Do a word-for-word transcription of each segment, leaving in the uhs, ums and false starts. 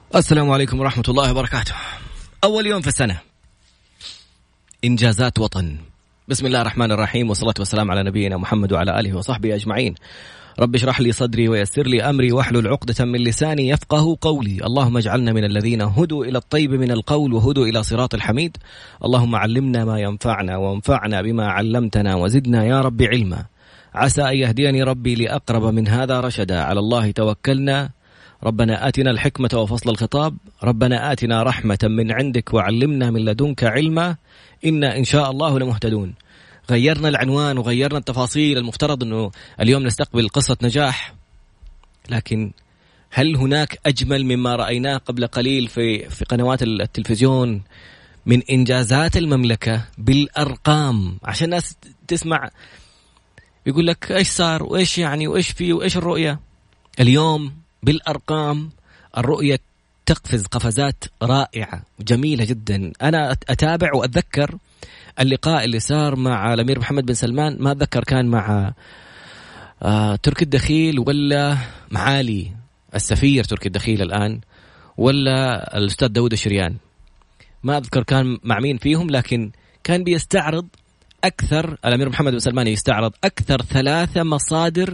السلام عليكم ورحمة الله وبركاته. أول يوم في السنة، إنجازات وطن. بسم الله الرحمن الرحيم، والصلاة والسلام على نبينا محمد وعلى آله وصحبه أجمعين. رب اشرح لي صدري ويسر لي أمري واحلل عقدة من لساني يفقه قولي. اللهم اجعلنا من الذين هدوا إلى الطيب من القول وهدوا إلى صراط الحميد. اللهم علمنا ما ينفعنا وانفعنا بما علمتنا وزدنا يا رب علما. عسى أن يهديني ربي لأقرب من هذا رشدا. على الله توكلنا. ربنا آتنا الحكمة وفصل الخطاب. ربنا آتنا رحمة من عندك وعلمنا من لدنك علما. إنا إن شاء الله لمهتدون. غيرنا العنوان وغيرنا التفاصيل. المفترض أنه اليوم نستقبل قصة نجاح، لكن هل هناك أجمل مما رأيناه قبل قليل في في قنوات التلفزيون من إنجازات المملكة بالأرقام؟ عشان الناس تسمع يقول لك إيش صار وإيش يعني وإيش فيه وإيش الرؤية. اليوم بالأرقام الرؤية تقفز قفزات رائعة جميلة جدا. أنا أتابع وأتذكر اللقاء اللي صار مع الأمير محمد بن سلمان، ما أتذكر كان مع آه تركي الدخيل ولا معالي السفير تركي الدخيل الآن، ولا الأستاذ داود الشريان، ما أذكر كان مع مين فيهم، لكن كان بيستعرض أكثر الأمير محمد بن سلمان يستعرض أكثر ثلاثة مصادر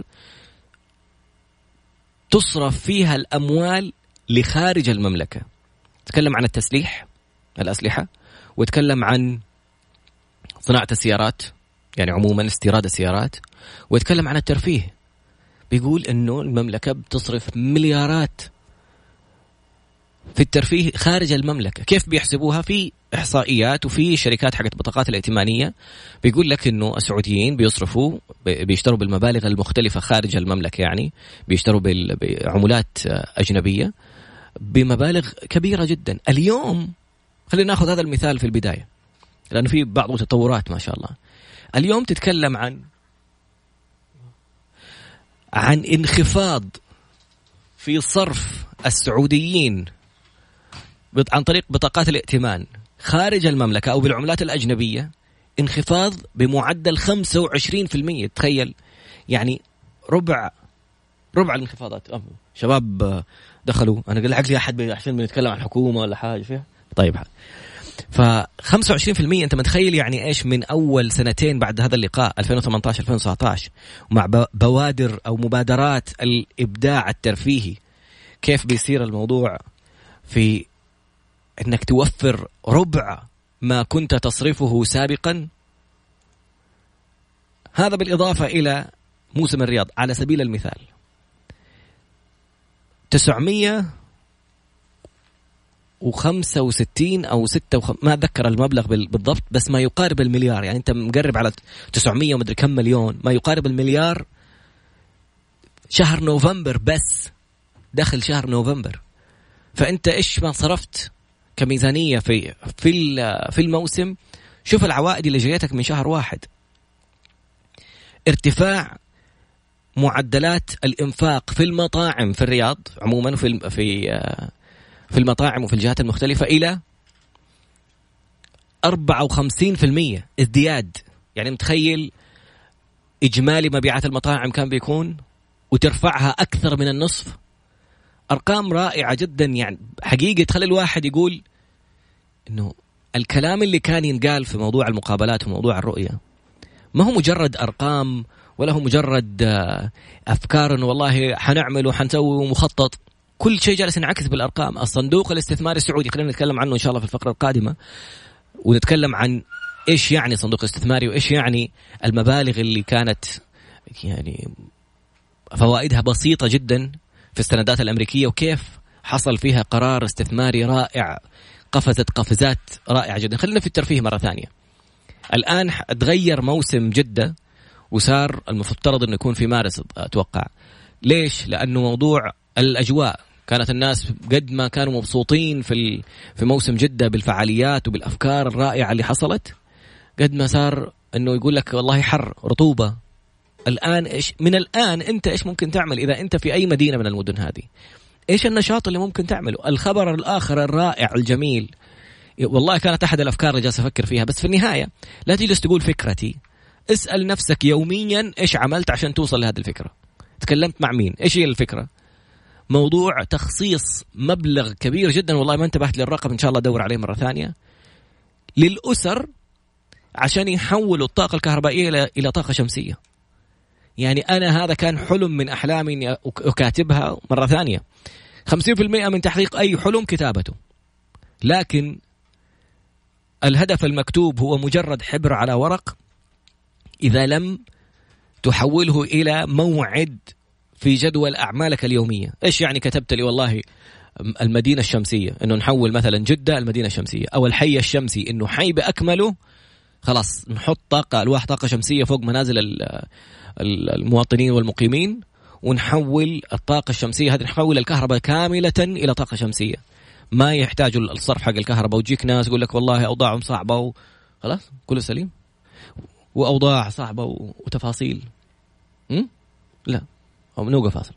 تصرف فيها الأموال لخارج المملكة. تكلم عن التسليح، الأسلحة، وتكلم عن صناعة السيارات، يعني عموما استيراد السيارات، ويتكلم عن الترفيه. بيقول إنه المملكة بتصرف مليارات في الترفيه خارج المملكة. كيف بيحسبوها؟ في إحصائيات وفي شركات حقت بطاقات الائتمانية بيقول لك إنه السعوديين بيصرفوا بيشتروا بالمبالغ المختلفة خارج المملكة، يعني بيشتروا بعملات أجنبية بمبالغ كبيرة جدا. اليوم خلينا نأخذ هذا المثال في البداية لأنه في بعض التطورات ما شاء الله. اليوم تتكلم عن عن انخفاض في صرف السعوديين عن طريق بطاقات الائتمان خارج المملكة أو بالعملات الأجنبية، انخفاض بمعدل خمسة وعشرين بالمئة. تخيل، يعني ربع ربع الانخفاضات. شباب دخلوا، أنا قل عقلي أحد عشان بنتكلم عن حكومة ولا حاجة فيها. طيب، فخمسة وعشرين بالمئة أنت متخيل يعني إيش؟ من أول سنتين بعد هذا اللقاء ألفين وثمانية عشر ألفين وتسعة عشر مع بوادر أو مبادرات الإبداع الترفيهي، كيف بيصير الموضوع في أنك توفر ربع ما كنت تصرفه سابقا. هذا بالإضافة إلى موسم الرياض. على سبيل المثال تسعمية وخمسة وستين أو ستة وخم... ما أتذكر المبلغ بالضبط، بس ما يقارب المليار. يعني أنت مقرب على تسعمية ومدري كم مليون، ما يقارب المليار. شهر نوفمبر بس، دخل شهر نوفمبر. فأنت إيش ما صرفت كميزانية في في في الموسم؟ شوف العوائد اللي جايتك من شهر واحد. ارتفاع معدلات الإنفاق في المطاعم في الرياض عموما، في في في المطاعم وفي الجهات المختلفة إلى أربعة وخمسين بالمئة ازدياد. يعني متخيل إجمالي مبيعات المطاعم كان بيكون، وترفعها أكثر من النصف. أرقام رائعة جدا، يعني حقيقة تخلي الواحد يقول إنه الكلام اللي كان ينقال في موضوع المقابلات وموضوع الرؤية ما هو مجرد أرقام، ولا هو مجرد أفكار إنه والله حنعمل وحنسوي مخطط. كل شيء جالس ينعكس بالأرقام. الصندوق الاستثماري السعودي خلينا نتكلم عنه إن شاء الله في الفقرة القادمة، ونتكلم عن إيش يعني صندوق استثماري وإيش يعني المبالغ اللي كانت يعني فوائدها بسيطة جدا في السندات الأمريكية، وكيف حصل فيها قرار استثماري رائع، قفزت قفزات رائعة جدا. خلينا في الترفيه مرة ثانية. الآن تغير موسم جدة وصار المفترض أنه يكون في مارس أتوقع. ليش؟ لأنه موضوع الأجواء، كانت الناس قد ما كانوا مبسوطين في في موسم جدة بالفعاليات وبالأفكار الرائعة اللي حصلت، قد ما صار أنه يقول لك والله حر، رطوبة. الآن إيش من الآن أنت إيش ممكن تعمل إذا أنت في أي مدينة من المدن هذه؟ إيش النشاط اللي ممكن تعمله؟ الخبر الآخر الرائع الجميل، والله كانت أحد الأفكار اللي جالس أفكر فيها، بس في النهاية لا تجلس تقول فكرتي. اسأل نفسك يوميا إيش عملت عشان توصل لهذه الفكرة. تكلمت مع مين؟ إيش هي الفكرة؟ موضوع تخصيص مبلغ كبير جدا، والله ما انتبهت للرقم، إن شاء الله أدور عليه مرة ثانية، للأسر عشان يحولوا الطاقة الكهربائية إلى إلى طاقة شمسية. يعني أنا هذا كان حلم من أحلامي أكاتبها مرة ثانية. خمسين بالمئة من تحقيق أي حلم كتابته، لكن الهدف المكتوب هو مجرد حبر على ورق إذا لم تحوله إلى موعد في جدول أعمالك اليومية. إيش يعني كتبت لي والله المدينة الشمسية، إنه نحول مثلا جدة المدينة الشمسية، أو الحي الشمسي إنه حي بأكمله خلاص نحط طاقة ألواح طاقة شمسية فوق منازل المواطنين والمقيمين، ونحول الطاقة الشمسية هذه، نحول الكهرباء كاملة إلى طاقة شمسية. ما يحتاجوا الصرف حق الكهرباء، وتجيك ناس يقول لك والله أوضاعهم صعبة وخلاص كله سليم، وأوضاع صعبة وتفاصيل م? لا أو نوقف فاصل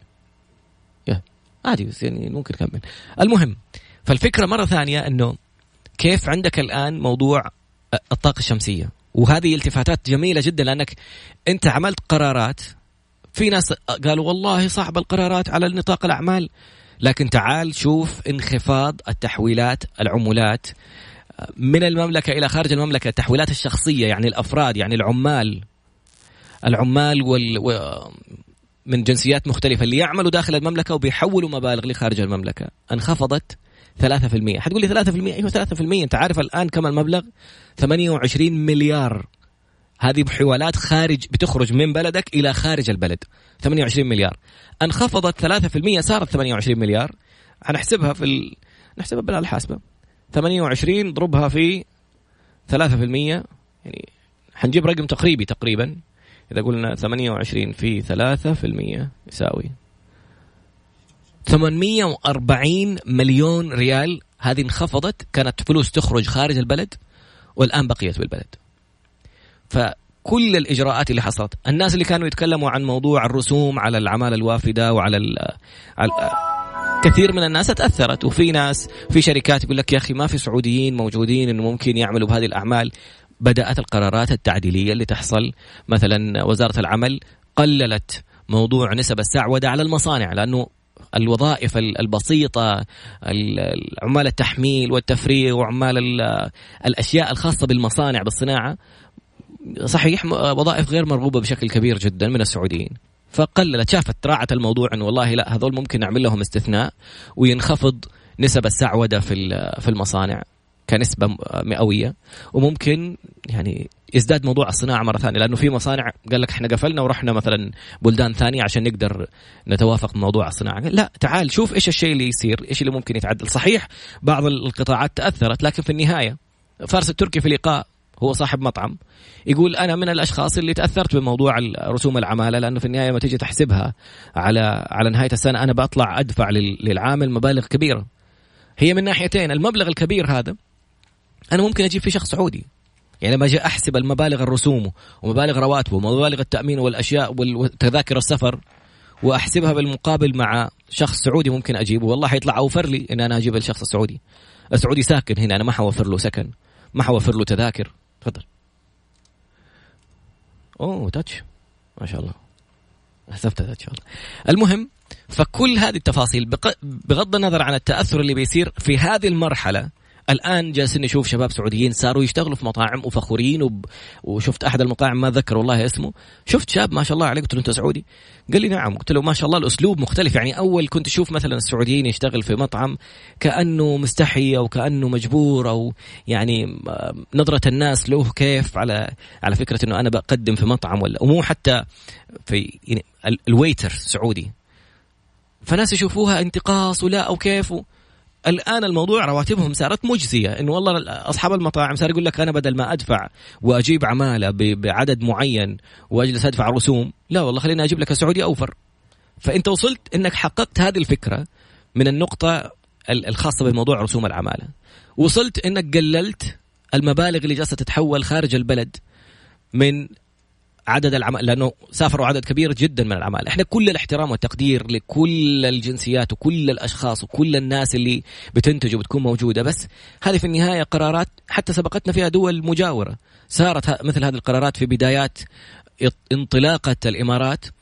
عادي، بس يعني ممكن نكمل. المهم، فالفكرة مرة ثانية أنه كيف عندك الآن موضوع الطاقة الشمسية، وهذه التفاتات جميلة جدا، لأنك أنت عملت قرارات. في ناس قالوا والله صعب القرارات على نطاق الأعمال، لكن تعال شوف انخفاض التحويلات العمولات من المملكة إلى خارج المملكة، التحويلات الشخصية يعني الأفراد، يعني العمال العمال وال... و... من جنسيات مختلفة اللي يعملوا داخل المملكة وبيحولوا مبالغ لخارج المملكة، انخفضت ثلاثة في المئة. حتقول لي ثلاثة في المئة، أيوة ثلاثة في المئة. أنت عارف الآن كم المبلغ؟ ثمانية وعشرين مليار. هذه بحوالات خارج، بتخرج من بلدك إلى خارج البلد، ثمانية وعشرين مليار. انخفضت ثلاثة في المئة، صارت ثمانية وعشرين مليار. هنحسبها في ال... نحسبها بالآلة الحاسبة، ثمانية وعشرين ضربها في ثلاثة في المئة، يعني حنجيب رقم تقريبي تقريبا. إذا قلنا ثمانية وعشرين في ثلاثة في المئة يساوي ثمانمئة وأربعين مليون ريال. هذه انخفضت، كانت فلوس تخرج خارج البلد والآن بقيت بالبلد. فكل الإجراءات اللي حصلت، الناس اللي كانوا يتكلموا عن موضوع الرسوم على العمالة الوافدة وعلى ال على كثير من الناس تأثرت، وفي ناس في شركات يقول لك يا أخي ما في سعوديين موجودين إنه ممكن يعملوا بهذه الأعمال. بدأت القرارات التعديلية اللي تحصل، مثلا وزارة العمل قللت موضوع نسب السعودة على المصانع، لأنه الوظائف البسيطة، عمال التحميل والتفريغ وعمال الأشياء الخاصة بالمصانع بالصناعة، صحيح وظائف غير مرغوبة بشكل كبير جدا من السعوديين، فقللت. شافت راعت الموضوع أنه والله لا، هذول ممكن نعمل لهم استثناء وينخفض نسب السعودة في في المصانع كنسبة مئوية، وممكن يعني يزداد موضوع الصناعة مرة ثانية، لأنه في مصانع قال لك احنا قفلنا ورحنا مثلا بلدان ثانية عشان نقدر نتوافق موضوع الصناعة. لا، تعال شوف ايش الشيء اللي يصير، ايش اللي ممكن يتعدل. صحيح بعض القطاعات تأثرت، لكن في النهاية فارس التركي في لقاء، هو صاحب مطعم، يقول أنا من الأشخاص اللي تأثرت بموضوع رسوم العمالة، لأنه في النهاية ما تيجي تحسبها على على نهاية السنة أنا بطلع أدفع للعامل مبالغ كبيرة. هي من ناحيتين، المبلغ الكبير هذا أنا ممكن أجيب فيه شخص سعودي، يعني لما أجي أحسب المبالغ الرسوم ومبالغ رواتبه ومبالغ التأمين والأشياء والتذاكر السفر وأحسبها بالمقابل مع شخص سعودي ممكن أجيبه، والله حيطلع أوفر لي إن أنا أجيب الشخص السعودي. السعودي ساكن هنا، أنا ما حوفر له سكن، ما حوفر له تذاكر. تفضل. أوه تاتش، ما شاء الله، حسبت تاتش والله. المهم، فكل هذه التفاصيل بغض النظر عن التأثر اللي بيصير في هذه المرحلة، الآن جالسين نشوف شباب سعوديين صاروا يشتغلوا في مطاعم وفخورين وب... وشفت أحد المطاعم ما ذكر والله اسمه، شفت شاب ما شاء الله عليه، قلت له أنت سعودي؟ قال لي نعم. قلت له ما شاء الله الأسلوب مختلف، يعني أول كنت أشوف مثلا السعوديين يشتغل في مطعم كأنه مستحي أو كأنه مجبور، أو يعني نظرة الناس له كيف على على فكرة أنه أنا بقدم في مطعم، ولا ومو حتى في يعني الويتر سعودي، فناس يشوفوها انتقاص ولا أو كيف. الآن الموضوع رواتبهم صارت مجزية، إنه والله أصحاب المطاعم صار يقول لك أنا بدل ما أدفع وأجيب عمالة بعدد معين وأجلس أدفع رسوم، لا والله خليني أجيب لك السعودي أوفر. فأنت وصلت إنك حققت هذه الفكرة من النقطة الخاصة بموضوع رسوم العمالة، وصلت إنك قللت المبالغ اللي جالسة تتحول خارج البلد من عدد العمال، لأنه سافروا عدد كبير جدا من العمال. احنا كل الاحترام والتقدير لكل الجنسيات وكل الأشخاص وكل الناس اللي بتنتج وبتكون موجودة، بس هذه في النهاية قرارات حتى سبقتنا فيها دول مجاورة. صارت مثل هذه القرارات في بدايات انطلاقة الإمارات،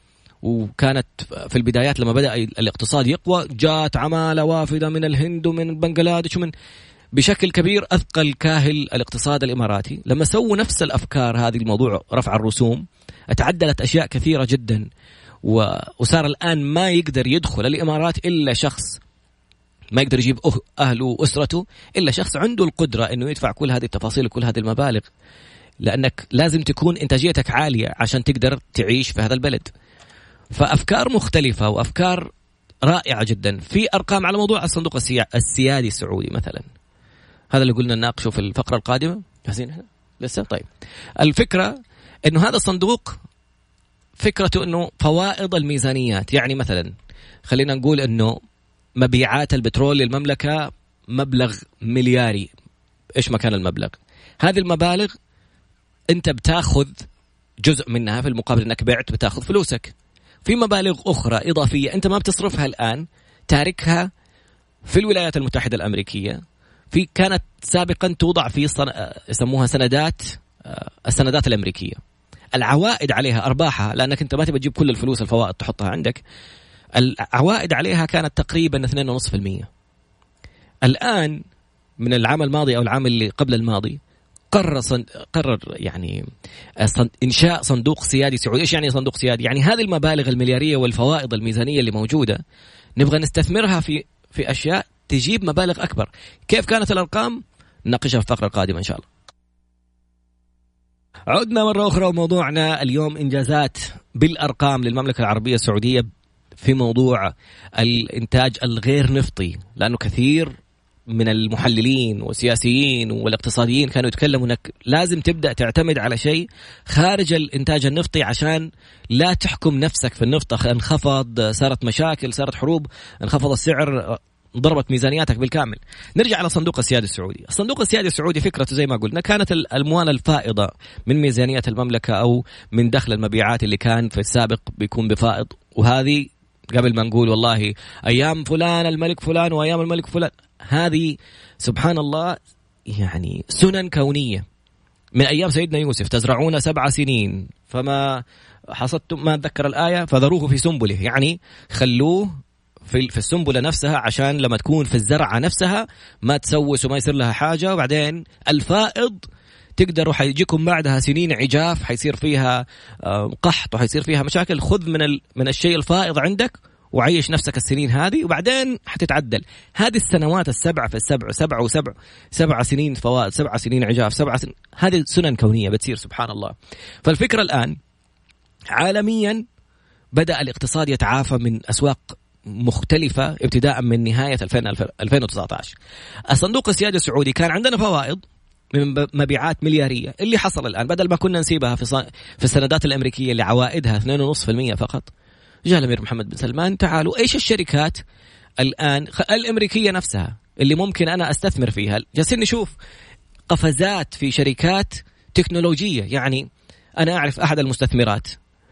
وكانت في البدايات لما بدأ الاقتصاد يقوى جاءت عمالة وافدة من الهند ومن بنغلاديش ومن بشكل كبير أثقل كاهل الاقتصاد الإماراتي. لما سووا نفس الأفكار هذه الموضوع رفع الرسوم تعدلت أشياء كثيرة جدا، وصار الآن ما يقدر يدخل الإمارات إلا شخص، ما يقدر يجيب أهله وأسرته إلا شخص عنده القدرة إنه يدفع كل هذه التفاصيل وكل هذه المبالغ، لأنك لازم تكون إنتاجيتك عالية عشان تقدر تعيش في هذا البلد. فأفكار مختلفة وأفكار رائعة جدا. في أرقام على موضوع الصندوق السيادي السعودي مثلا، هذا اللي قلنا نناقشه في الفقرة القادمة. جاهزين احنا لسه؟ طيب، الفكرة إنه هذا الصندوق فكرته إنه فوائض الميزانيات، يعني مثلا خلينا نقول إنه مبيعات البترول للمملكة مبلغ ملياري، إيش مكان المبلغ؟ هذه المبالغ أنت بتاخذ جزء منها في المقابل إنك بعت، بتاخذ فلوسك. في مبالغ أخرى إضافية أنت ما بتصرفها الآن، تاركها في الولايات المتحدة الأمريكية، في كانت سابقا توضع في صن... يسموها سندات، السندات الأمريكية. العوائد عليها أرباحها، لأنك أنت ما تبي تجيب كل الفلوس الفوائد تحطها عندك، العوائد عليها كانت تقريبا اثنين فاصلة خمسة بالمئة. الآن من العام الماضي أو العام اللي قبل الماضي قرر صن... قرر يعني صن... إنشاء صندوق سيادي سعودي. إيش يعني صندوق سيادي؟ يعني هذه المبالغ المليارية والفوائض الميزانية اللي موجودة نبغى نستثمرها في في أشياء تجيب مبالغ أكبر. كيف كانت الأرقام؟ نناقشها في الفقرة القادمة إن شاء الله. عدنا مرة أخرى وموضوعنا اليوم إنجازات بالأرقام للمملكة العربية السعودية في موضوع الإنتاج الغير نفطي، لأنه كثير من المحللين والسياسيين والاقتصاديين كانوا يتكلموا أنك لازم تبدأ تعتمد على شيء خارج الإنتاج النفطي عشان لا تحكم نفسك في النفط. انخفض، صارت مشاكل، صارت حروب، انخفض السعر، ضربت ميزانياتك بالكامل. نرجع على صندوق السيادي السعودي. الصندوق السيادي السعودي فكرته زي ما قلنا كانت الأموال الفائضة من ميزانية المملكة أو من دخل المبيعات اللي كان في السابق بيكون بفائض، وهذه قبل ما نقول والله أيام فلان الملك فلان وأيام الملك فلان، هذه سبحان الله يعني سنن كونية من أيام سيدنا يوسف. تزرعون سبع سنين فما حصدتم، ما أتذكر الآية، فذروه في سنبله، يعني خلوه في في السنبلة نفسها عشان لما تكون في الزرعة نفسها ما تسوس وما يصير لها حاجة، وبعدين الفائض تقدروا حيجيكم بعدها سنين عجاف، حيصير فيها قحط وحيصير فيها مشاكل. خذ من ال من الشيء الفائض عندك وعيش نفسك السنين هذه، وبعدين حتتعدل. هذه السنوات السبع في السبع، سبع وسبع، سبع سنين فوائد، سبع سنين عجاف، سبع سنين، هذه سنن كونية بتصير سبحان الله. فالفكرة الآن عالميا بدأ الاقتصاد يتعافى من أسواق مختلفة ابتداء من نهاية ألفين وتسعة عشر. الصندوق السيادي السعودي كان عندنا فوائد من مبيعات مليارية. اللي حصل الآن بدل ما كنا نسيبها في في السندات الأمريكية اللي عوائدها اثنين فاصلة خمسة بالمئة فقط، جاء الأمير محمد بن سلمان تعالوا إيش الشركات الآن الأمريكية نفسها اللي ممكن أنا أستثمر فيها. جالسين نشوف قفزات في شركات تكنولوجية. يعني أنا أعرف أحد المستثمرات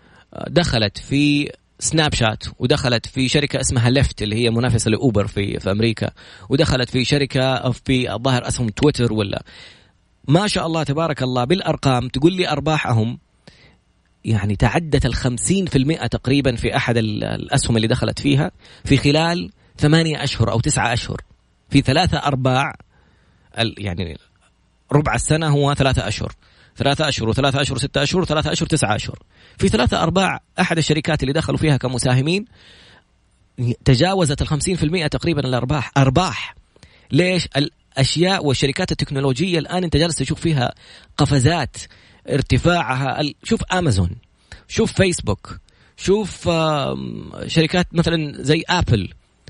دخلت في سناب شات، ودخلت في شركة اسمها ليفت اللي هي منافسة لأوبر في في أمريكا، ودخلت في شركة في الظاهر اسهم تويتر، ولا ما شاء الله تبارك الله بالأرقام. تقول لي أرباحهم يعني تعدت الخمسين في المئة تقريبا في أحد الأسهم اللي دخلت فيها في خلال ثمانية أشهر أو تسعة أشهر. في ثلاثة أرباع يعني ربع السنة هو ثلاثة أشهر، ثلاثة أشهر وثلاثة أشهر ستة أشهر وثلاثة أشهر تسعة أشهر. في ثلاثة أرباع أحد الشركات اللي دخلوا فيها كمساهمين تجاوزت الخمسين في المئة تقريبا الأرباح. أرباح ليش؟ الأشياء والشركات التكنولوجية الآن أنت جالس تشوف فيها قفزات ارتفاعها. شوف أمازون، شوف فيسبوك، شوف شركات مثلا زي أبل،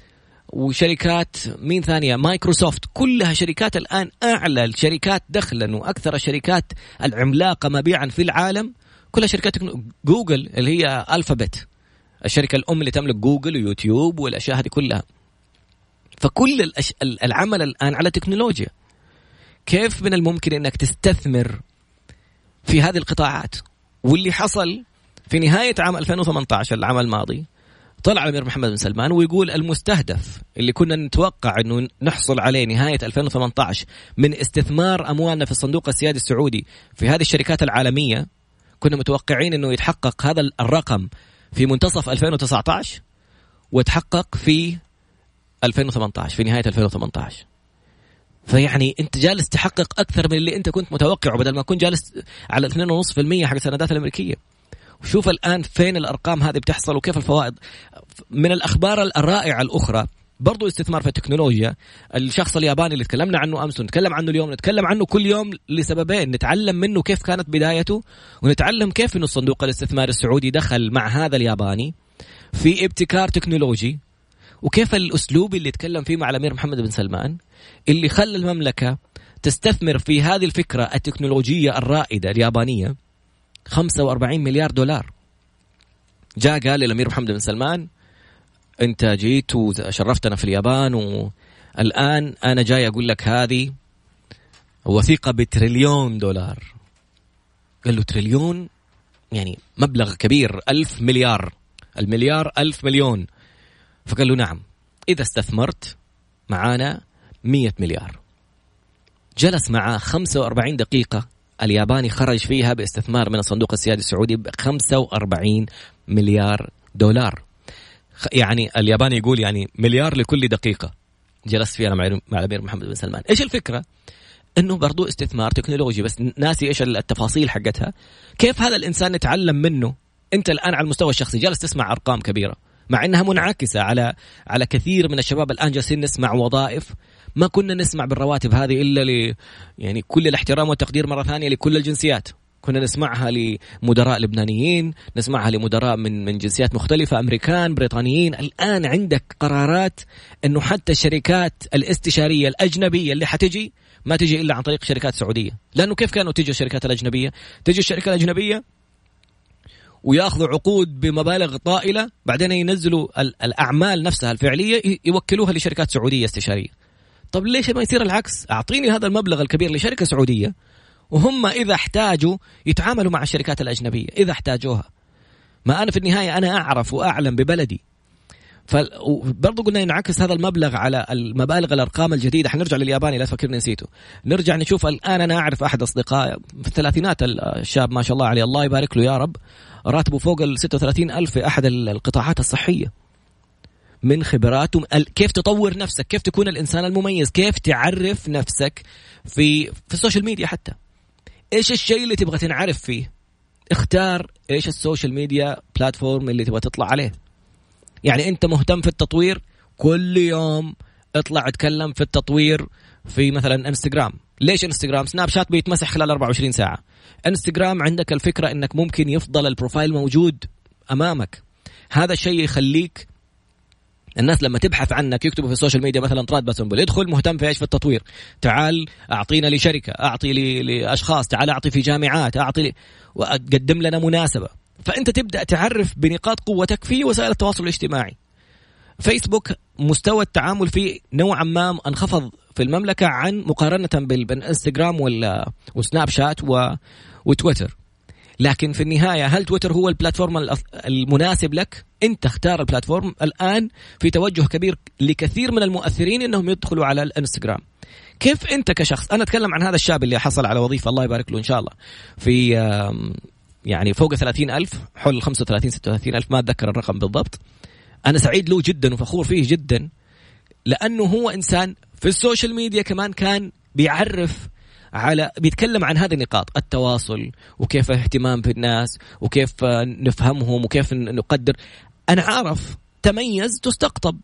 وشركات مين ثانية، مايكروسوفت، كلها شركات الآن أعلى الشركات دخلا وأكثر الشركات العملاقة مبيعا في العالم كلها شركات. جوجل اللي هي ألفابت، الشركة الأم اللي تملك جوجل ويوتيوب والأشياء هذه كلها. فكل الأش... العمل الآن على تكنولوجيا. كيف من الممكن أنك تستثمر في هذه القطاعات؟ واللي حصل في نهاية عام ألفين وثمانية عشر العام الماضي، طلع الأمير محمد بن سلمان ويقول المستهدف اللي كنا نتوقع أنه نحصل عليه نهاية ألفين وثمانية عشر من استثمار أموالنا في الصندوق السيادي السعودي في هذه الشركات العالمية، كنا متوقعين أنه يتحقق هذا الرقم في منتصف ألفين وتسعة عشر وتحقق في ألفين وثمانية عشر، في نهاية ألفين وثمانية عشر. فيعني أنت جالس تحقق أكثر من اللي أنت كنت متوقعه، بدل ما كنت جالس على اثنين فاصلة خمسة بالمئة حق السندات الأمريكية. وشوف الآن فين الأرقام هذه بتحصل وكيف الفوائد. من الأخبار الرائعة الأخرى برضو استثمار في التكنولوجيا. الشخص الياباني اللي تكلمنا عنه أمس ونتكلم عنه اليوم، نتكلم عنه كل يوم لسببين: نتعلم منه كيف كانت بدايته، ونتعلم كيف إنه الصندوق الاستثماري السعودي دخل مع هذا الياباني في ابتكار تكنولوجي، وكيف الأسلوب اللي تكلم فيه مع الأمير محمد بن سلمان اللي خلى المملكة تستثمر في هذه الفكرة التكنولوجية الرائدة اليابانية خمسة وأربعين مليار دولار. جاء قال للأمير محمد بن سلمان: أنت جيت وشرفتنا في اليابان، والآن أنا جاي أقول لك هذه وثيقة بتريليون دولار. قال له: تريليون؟ يعني مبلغ كبير، ألف مليار، المليار ألف مليون. فقال له: نعم، إذا استثمرت معانا مية مليار. جلس معه خمسة وأربعين دقيقة، الياباني خرج فيها باستثمار من الصندوق السيادي السعودي ب خمسة وأربعين مليار دولار. يعني الياباني يقول يعني مليار لكل دقيقة جلست فيها مع مع الأمير محمد بن سلمان. إيش الفكرة؟ إنه برضو استثمار تكنولوجي، بس ناسي إيش التفاصيل حقتها. كيف هذا الإنسان نتعلم منه؟ أنت الآن على المستوى الشخصي جالس تسمع أرقام كبيرة، مع إنها منعكسة على على كثير من الشباب الآن جالسين نسمع وظائف ما كنا نسمع بالرواتب هذه إلا ل يعني كل الاحترام والتقدير مرة ثانية لكل الجنسيات. كنا نسمعها لمدراء لبنانيين، نسمعها لمدراء من من جنسيات مختلفة، أمريكان، بريطانيين. الآن عندك قرارات إنه حتى الشركات الاستشارية الأجنبية اللي حتجي ما تجي إلا عن طريق شركات سعودية. لأنه كيف كانوا تجي الشركات الأجنبية؟ تجي الشركة الأجنبية ويأخذوا عقود بمبالغ طائلة، بعدين ينزلوا الأعمال نفسها الفعلية يوكلوها لشركات سعودية استشارية. طب ليش ما يصير العكس؟ أعطيني هذا المبلغ الكبير لشركة سعودية، وهم إذا احتاجوا يتعاملوا مع الشركات الأجنبية إذا احتاجوها. ما أنا في النهاية أنا أعرف وأعلم ببلدي. فبرضو قلنا ينعكس هذا المبلغ على المبالغ الأرقام الجديدة. حنرجع للياباني، لا تفكرني نسيته. نرجع نشوف الآن. أنا أعرف أحد أصدقاء في الثلاثينات، الشاب ما شاء الله عليه، الله يبارك له يا رب، راتبه فوق ال ستة وثلاثين ألف في أحد القطاعات الصحية. من خبراته كيف تطور نفسك، كيف تكون الإنسان المميز، كيف تعرف نفسك في في السوشيال ميديا. حتى إيش الشيء اللي تبغى تنعرف فيه، اختار إيش السوشيال ميديا بلاتفورم اللي تبغى تطلع عليه. يعني أنت مهتم في التطوير، كل يوم اطلع اتكلم في التطوير في مثلا انستغرام. ليش انستغرام؟ سناب شات بيتمسح خلال أربعة وعشرين ساعة. انستغرام عندك الفكرة انك ممكن يفضل البروفايل موجود امامك. هذا الشيء يخليك الناس لما تبحث عنك يكتبوا في السوشيال ميديا مثلا طراد باسنبل، يدخل مهتم في ايش؟ في التطوير. تعال اعطينا لشركة، اعطي لاشخاص، تعال اعطي في جامعات، اعطي لي وقدم لنا مناسبة. فانت تبدأ تعرف بنقاط قوتك في وسائل التواصل الاجتماعي. فيسبوك مستوى التعامل فيه نوعا ما انخفض في المملكة عن مقارنة بالانستغرام والسناب شات وتويتر. لكن في النهاية هل تويتر هو البلاتفورم المناسب لك؟ انت اختار البلاتفورم. الآن في توجه كبير لكثير من المؤثرين انهم يدخلوا على الانستغرام. كيف انت كشخص؟ انا اتكلم عن هذا الشاب اللي حصل على وظيفة الله يبارك له ان شاء الله في يعني فوق ثلاثين ألف، حول خمسة وثلاثين ستة وثلاثين ألف، ما أتذكر الرقم بالضبط. أنا سعيد له جدا وفخور فيه جدا، لأنه هو إنسان في السوشيال ميديا كمان كان بيعرف على بيتكلم عن هذه النقاط، التواصل وكيف اهتمام بالناس وكيف نفهمهم وكيف نقدر. أنا عارف تميز تستقطب.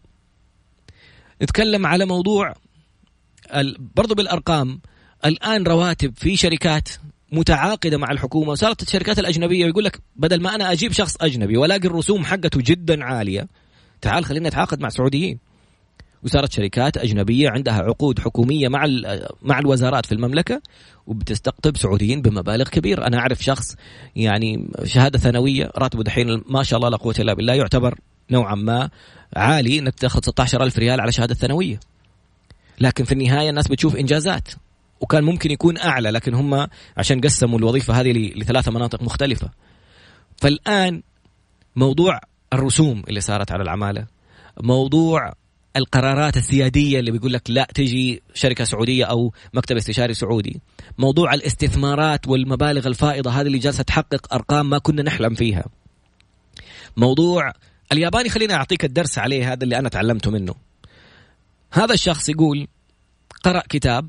نتكلم على موضوع برضو بالأرقام. الآن رواتب في شركات متعاقدة مع الحكومة، وصارت الشركات الأجنبية يقول لك بدل ما أنا أجيب شخص أجنبي ولاقي الرسوم حقته جدا عالية، تعال خلينا نتعاقد مع سعوديين. وصارت شركات أجنبية عندها عقود حكومية مع مع الوزارات في المملكة وبتستقطب سعوديين بمبالغ كبيرة. أنا أعرف شخص يعني شهادة ثانوية راتبه دحين ما شاء الله لا قوة إلا بالله يعتبر نوعا ما عالي، إنك تأخذ ستة عشر ألف ريال على شهادة ثانوية. لكن في النهاية الناس بتشوف إنجازات، وكان ممكن يكون أعلى، لكن هم عشان قسموا الوظيفة هذه لثلاثة مناطق مختلفة. فالآن موضوع الرسوم اللي صارت على العمالة، موضوع القرارات السيادية اللي بيقول لك لا تجي شركة سعودية أو مكتب استشاري سعودي، موضوع الاستثمارات والمبالغ الفائضة هذه اللي جالسة تحقق أرقام ما كنا نحلم فيها. موضوع الياباني خليني أعطيك الدرس عليه، هذا اللي أنا تعلمته منه. هذا الشخص يقول قرأ كتاب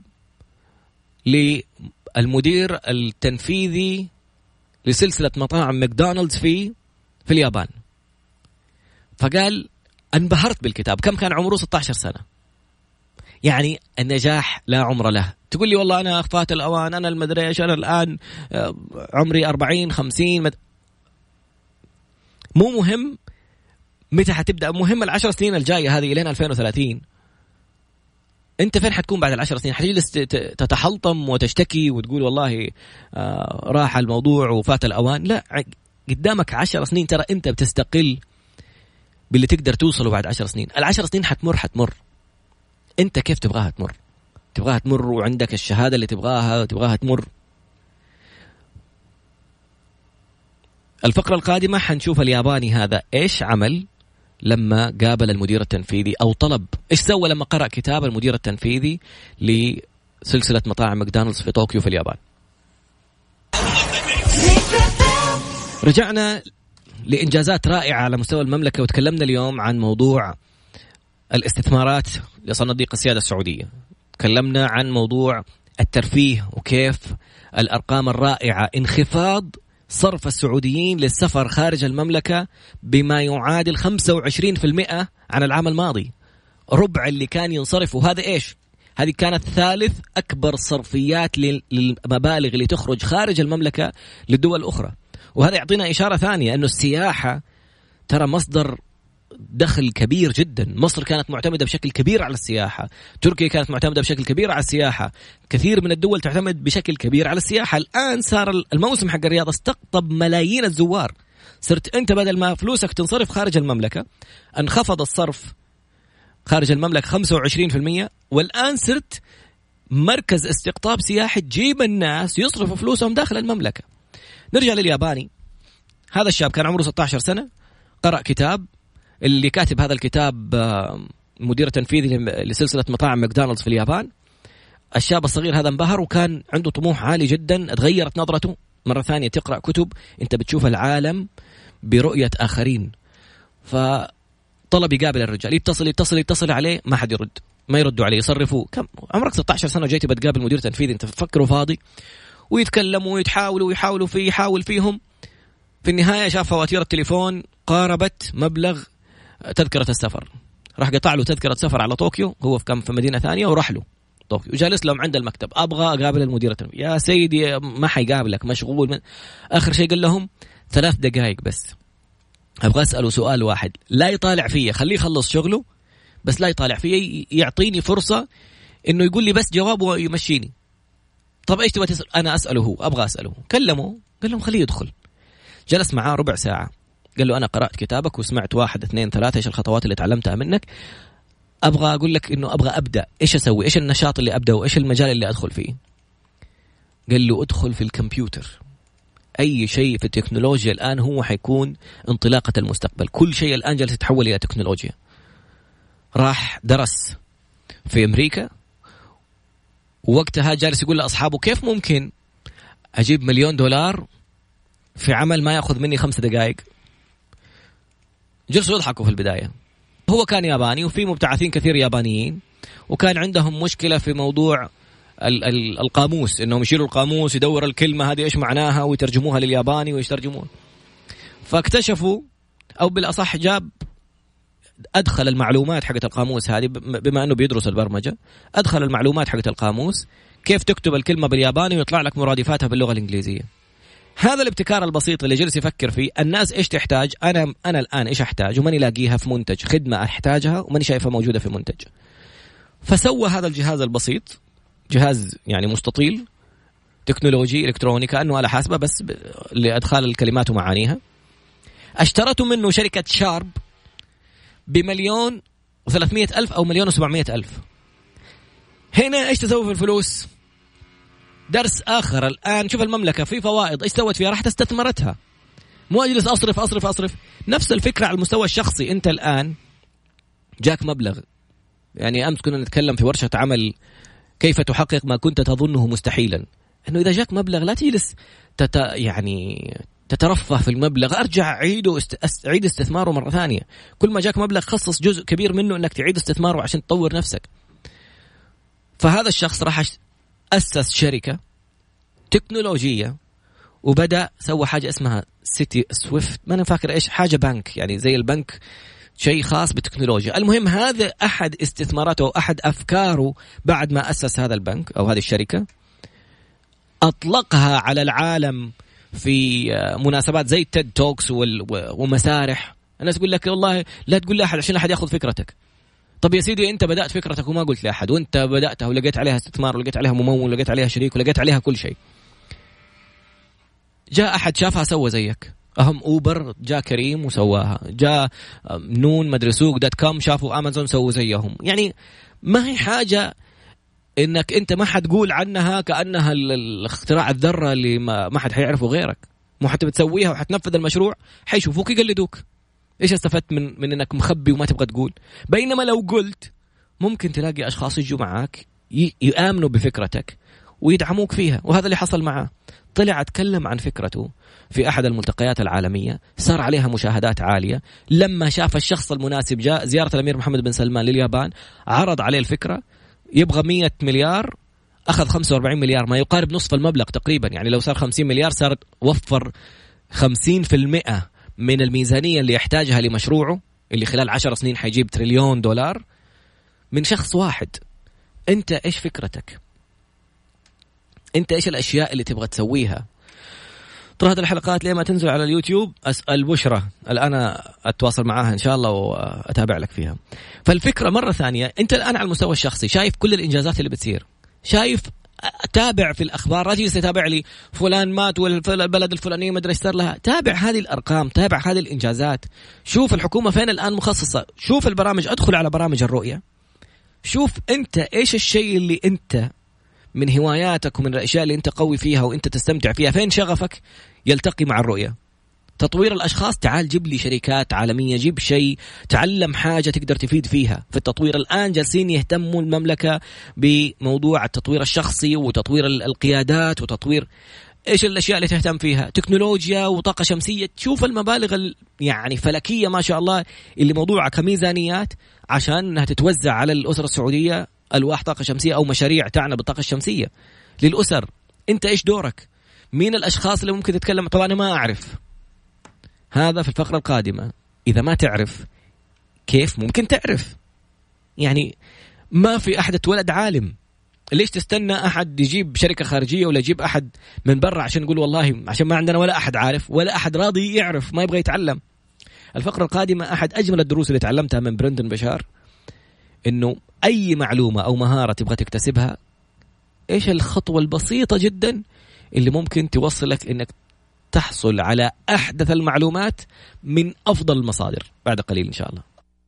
للمدير التنفيذي لسلسلة مطاعم ماكدونالدز في في اليابان، فقال انبهرت بالكتاب. كم كان عمره؟ ستة عشر سنة. يعني النجاح لا عمر له. تقول لي والله أنا أخفات الأوان، أنا المدري إيش، أنا الآن عمري أربعين خمسين مد... مو مهم متى حتبدأ، مهم العشر سنين الجاية هذه إلين ألفين وثلاثين. أنت فين حتكون بعد العشر سنين؟ حتجلس تتحلطم وتشتكي وتقول والله آه راح الموضوع وفات الأوان؟ لا، قدامك عشر سنين. ترى أنت بتستقل باللي تقدر توصله بعد عشر سنين. العشر سنين حتمر حتمر، أنت كيف تبغاها تمر؟ تبغاها تمر وعندك الشهادة اللي تبغاها تبغاها تمر. الفقرة القادمة حنشوف الياباني هذا إيش عمل لما قابل المدير التنفيذي، أو طلب إيش سوى لما قرأ كتاب المدير التنفيذي لسلسلة مطاعم ماكدونالدز في طوكيو في اليابان. رجعنا لإنجازات رائعة على مستوى المملكة، وتكلمنا اليوم عن موضوع الاستثمارات لصناديق السيادة السعودية. تكلمنا عن موضوع الترفيه وكيف الأرقام الرائعة، انخفاض صرف السعوديين للسفر خارج المملكة بما يعادل خمسة وعشرين بالمئة عن العام الماضي، ربع اللي كان ينصرف. وهذا إيش؟ هذه كانت ثالث أكبر صرفيات للمبالغ اللي تخرج خارج المملكة للدول الأخرى. وهذا يعطينا إشارة ثانية أنه السياحة ترى مصدر دخل كبير جدا. مصر كانت معتمدة بشكل كبير على السياحة، تركيا كانت معتمدة بشكل كبير على السياحة، كثير من الدول تعتمد بشكل كبير على السياحة. الآن صار الموسم حق الرياض استقطب ملايين الزوار. صرت أنت بدل ما فلوسك تنصرف خارج المملكة، انخفض الصرف خارج المملكة خمسة وعشرين بالمئة، والآن صرت مركز استقطاب سياحي تجيب الناس يصرفوا فلوسهم داخل المملكة. نرجع للياباني. هذا الشاب كان عمره ستة عشر سنة، قرأ كتاب. اللي كاتب هذا الكتاب مدير تنفيذي لسلسلة مطاعم ماكدونالدز في اليابان. الشاب الصغير هذا انبهر وكان عنده طموح عالي جدا. اتغيرت نظرته مرة ثانية. تقرأ كتب أنت بتشوف العالم برؤية آخرين. فطلب يقابل الرجال، يتصل يتصل يتصل عليه، ما حد يرد، ما يردوا عليه، يصرفوا. كم عمرك ستة عشر سنة جاي بتقابل مدير تنفيذي؟ أنت تفكروا فاضي؟ ويتكلموا ويتحاولوا ويحاولوا فيه يحاول فيهم. في النهاية شاف فواتير التليفون قاربت مبلغ تذكرة السفر. راح قطع له تذكرة سفر على طوكيو، هو في كم في مدينة ثانية، وراح له طوكيو وجالس لهم عند المكتب. أبغى أقابل المدير التنفيذي. يا سيدي ما حيقابلك، مشغول. من آخر شيء قال لهم ثلاث دقائق بس، أبغى أسأله سؤال واحد، لا يطالع فيه، خليه يخلص شغله بس لا يطالع فيه، يعطيني فرصة إنه يقول لي بس جواب ويمشيني. طب إيش تبغى تسأل؟ أنا أسأله هو، أبغى أسأله. كلمه، قال لهم خليه يدخل. جلس معاه ربع ساعة، قال له أنا قرأت كتابك وسمعت واحد اثنين ثلاثة، إيش الخطوات اللي تعلمتها منك؟ أبغى أقول لك إنه أبغى أبدأ، إيش أسوي؟ إيش النشاط اللي أبدأ وإيش المجال اللي أدخل فيه؟ قال له أدخل في الكمبيوتر. أي شيء في التكنولوجيا الآن هو حيكون انطلاقة المستقبل. كل شيء الآن جالس يتحول إلى تكنولوجيا. راح درس في أمريكا، ووقتها جالس يقول لأصحابه كيف ممكن أجيب مليون دولار في عمل ما يأخذ مني خمس دقائق. جلسوا يضحكوا في البداية. هو كان ياباني وفي مبتعثين كثير يابانيين، وكان عندهم مشكلة في موضوع ال- ال- القاموس، إنهم يشيلوا القاموس يدور الكلمة هذه إيش معناها ويترجموها للياباني ويترجمون. فاكتشفوا، أو بالأصح جاب أدخل المعلومات حقت القاموس هذه، بما أنه بيدرس البرمجة، أدخل المعلومات حقت القاموس كيف تكتب الكلمة بالياباني ويطلع لك مرادفاتها باللغة الإنجليزية. هذا الابتكار البسيط اللي جلس يفكر فيه. الناس إيش تحتاج؟ أنا أنا الآن إيش أحتاج وماني لاقيها في منتج، خدمة أحتاجها وماني شايفها موجودة في منتج. فسوى هذا الجهاز البسيط، جهاز يعني مستطيل تكنولوجي إلكتروني كأنه آلة حاسبة بس لأدخال الكلمات ومعانيها. اشترته منه شركة شارب بمليون وثلاثمية ألف أو مليون وسبعمية ألف. هنا إيش تسوي في الفلوس؟ درس آخر. الآن شوف المملكة في فوائد إيش سوت فيها؟ راح تستثمرتها، مو أجلس أصرف أصرف أصرف. نفس الفكرة على المستوى الشخصي. أنت الآن جاك مبلغ، يعني أمس كنا نتكلم في ورشة عمل كيف تحقق ما كنت تظنه مستحيلا، أنه إذا جاك مبلغ لا تجلس تت يعني تترفه في المبلغ، ارجع عيده است... عيد استثماره مرة ثانية. كل ما جاك مبلغ خصص جزء كبير منه انك تعيد استثماره عشان تطور نفسك. فهذا الشخص راح أسس شركة تكنولوجية وبدأ سوى حاجة اسمها سيتي سويفت، ما أنا فاكر إيش، حاجة بنك يعني زي البنك، شيء خاص بالتكنولوجيا. المهم هذا أحد استثماراته وأحد أفكاره بعد ما أسس هذا البنك أو هذه الشركة، أطلقها على العالم في مناسبات زي تيد توكس ومسارح. الناس تقول لك والله لا تقول لأحد عشان أحد يأخذ فكرتك. طب يا سيدي أنت بدأت فكرتك وما قلت لأحد، وأنت بدأتها ولقيت عليها استثمار ولقيت عليها ممول ولقيت عليها شريك ولقيت عليها كل شيء. جاء أحد شافها سوى زيك، أهم أوبر جاء كريم وسواها، جاء نون مدري سوق دوت كوم شافوا أمازون سووا زيهم. يعني ما هي حاجة إنك أنت ما حد تقول عنها كأنها الاختراع الذرة اللي ما, ما حد حيعرفه غيرك. مو حتى بتسويها وحتنفذ المشروع حيشوفوك يقلدوك. إيش استفدت من من إنك مخبي وما تبغى تقول؟ بينما لو قلت ممكن تلاقي أشخاص يجوا معاك يآمنوا بفكرتك ويدعموك فيها. وهذا اللي حصل معه. طلع اتكلم عن فكرته في أحد الملتقيات العالمية، صار عليها مشاهدات عالية. لما شاف الشخص المناسب، جاء زيارة الأمير محمد بن سلمان لليابان، عرض عليه الفكرة، يبغى مية مليار، أخذ خمسة وأربعين مليار، ما يقارب نصف المبلغ تقريبا. يعني لو صار خمسين مليار صار وفر خمسين في المئة من الميزانية اللي يحتاجها لمشروعه اللي خلال عشر سنين حيجيب تريليون دولار من شخص واحد. أنت إيش فكرتك؟ أنت إيش الأشياء اللي تبغى تسويها؟ طول هذه الحلقات لما تنزل على اليوتيوب أسأل بشرة الآن أتواصل معاها إن شاء الله وأتابع لك فيها. فالفكرة مرة ثانية، أنت الآن على المستوى الشخصي شايف كل الإنجازات اللي بتصير، شايف تابع في الأخبار، لا تجلس تتابع لي فلان مات والبلد الفلانية ما أدري صار لها. تابع هذه الأرقام، تابع هذه الإنجازات، شوف الحكومة فين الآن مخصصة، شوف البرامج، أدخل على برامج الرؤية، شوف أنت إيش الشيء اللي أنت من هواياتك ومن الأشياء اللي أنت قوي فيها وأنت تستمتع فيها، فين شغفك يلتقي مع الرؤية. تطوير الأشخاص، تعال جيب لي شركات عالمية، جيب شيء، تعلم حاجة تقدر تفيد فيها في التطوير. الآن جالسين يهتموا المملكة بموضوع التطوير الشخصي وتطوير القيادات وتطوير إيش الأشياء اللي تهتم فيها، تكنولوجيا وطاقة شمسية. تشوف المبالغ يعني فلكية ما شاء الله اللي موضوعها كميزانيات عشان أنها تتوزع على الأسرة السعودية، ألواح طاقة شمسية أو مشاريع تعنى بالطاقة الشمسية للأسر. أنت إيش دورك؟ مين الأشخاص اللي ممكن تتكلم؟ طبعا أنا ما أعرف، هذا في الفقرة القادمة. إذا ما تعرف كيف ممكن تعرف؟ يعني ما في أحد اتولد عالم، ليش تستنى أحد يجيب شركة خارجية ولا يجيب أحد من برا عشان يقول والله عشان ما عندنا ولا أحد عارف ولا أحد راضي يعرف، ما يبغى يتعلم. الفقرة القادمة أحد أجمل الدروس اللي تعلمتها من برندن بشار، إنه أي معلومة أو مهارة تبغى تكتسبها، إيش الخطوة البسيطة جدا اللي ممكن توصلك إنك تحصل على أحدث المعلومات من أفضل المصادر. بعد قليل إن شاء الله.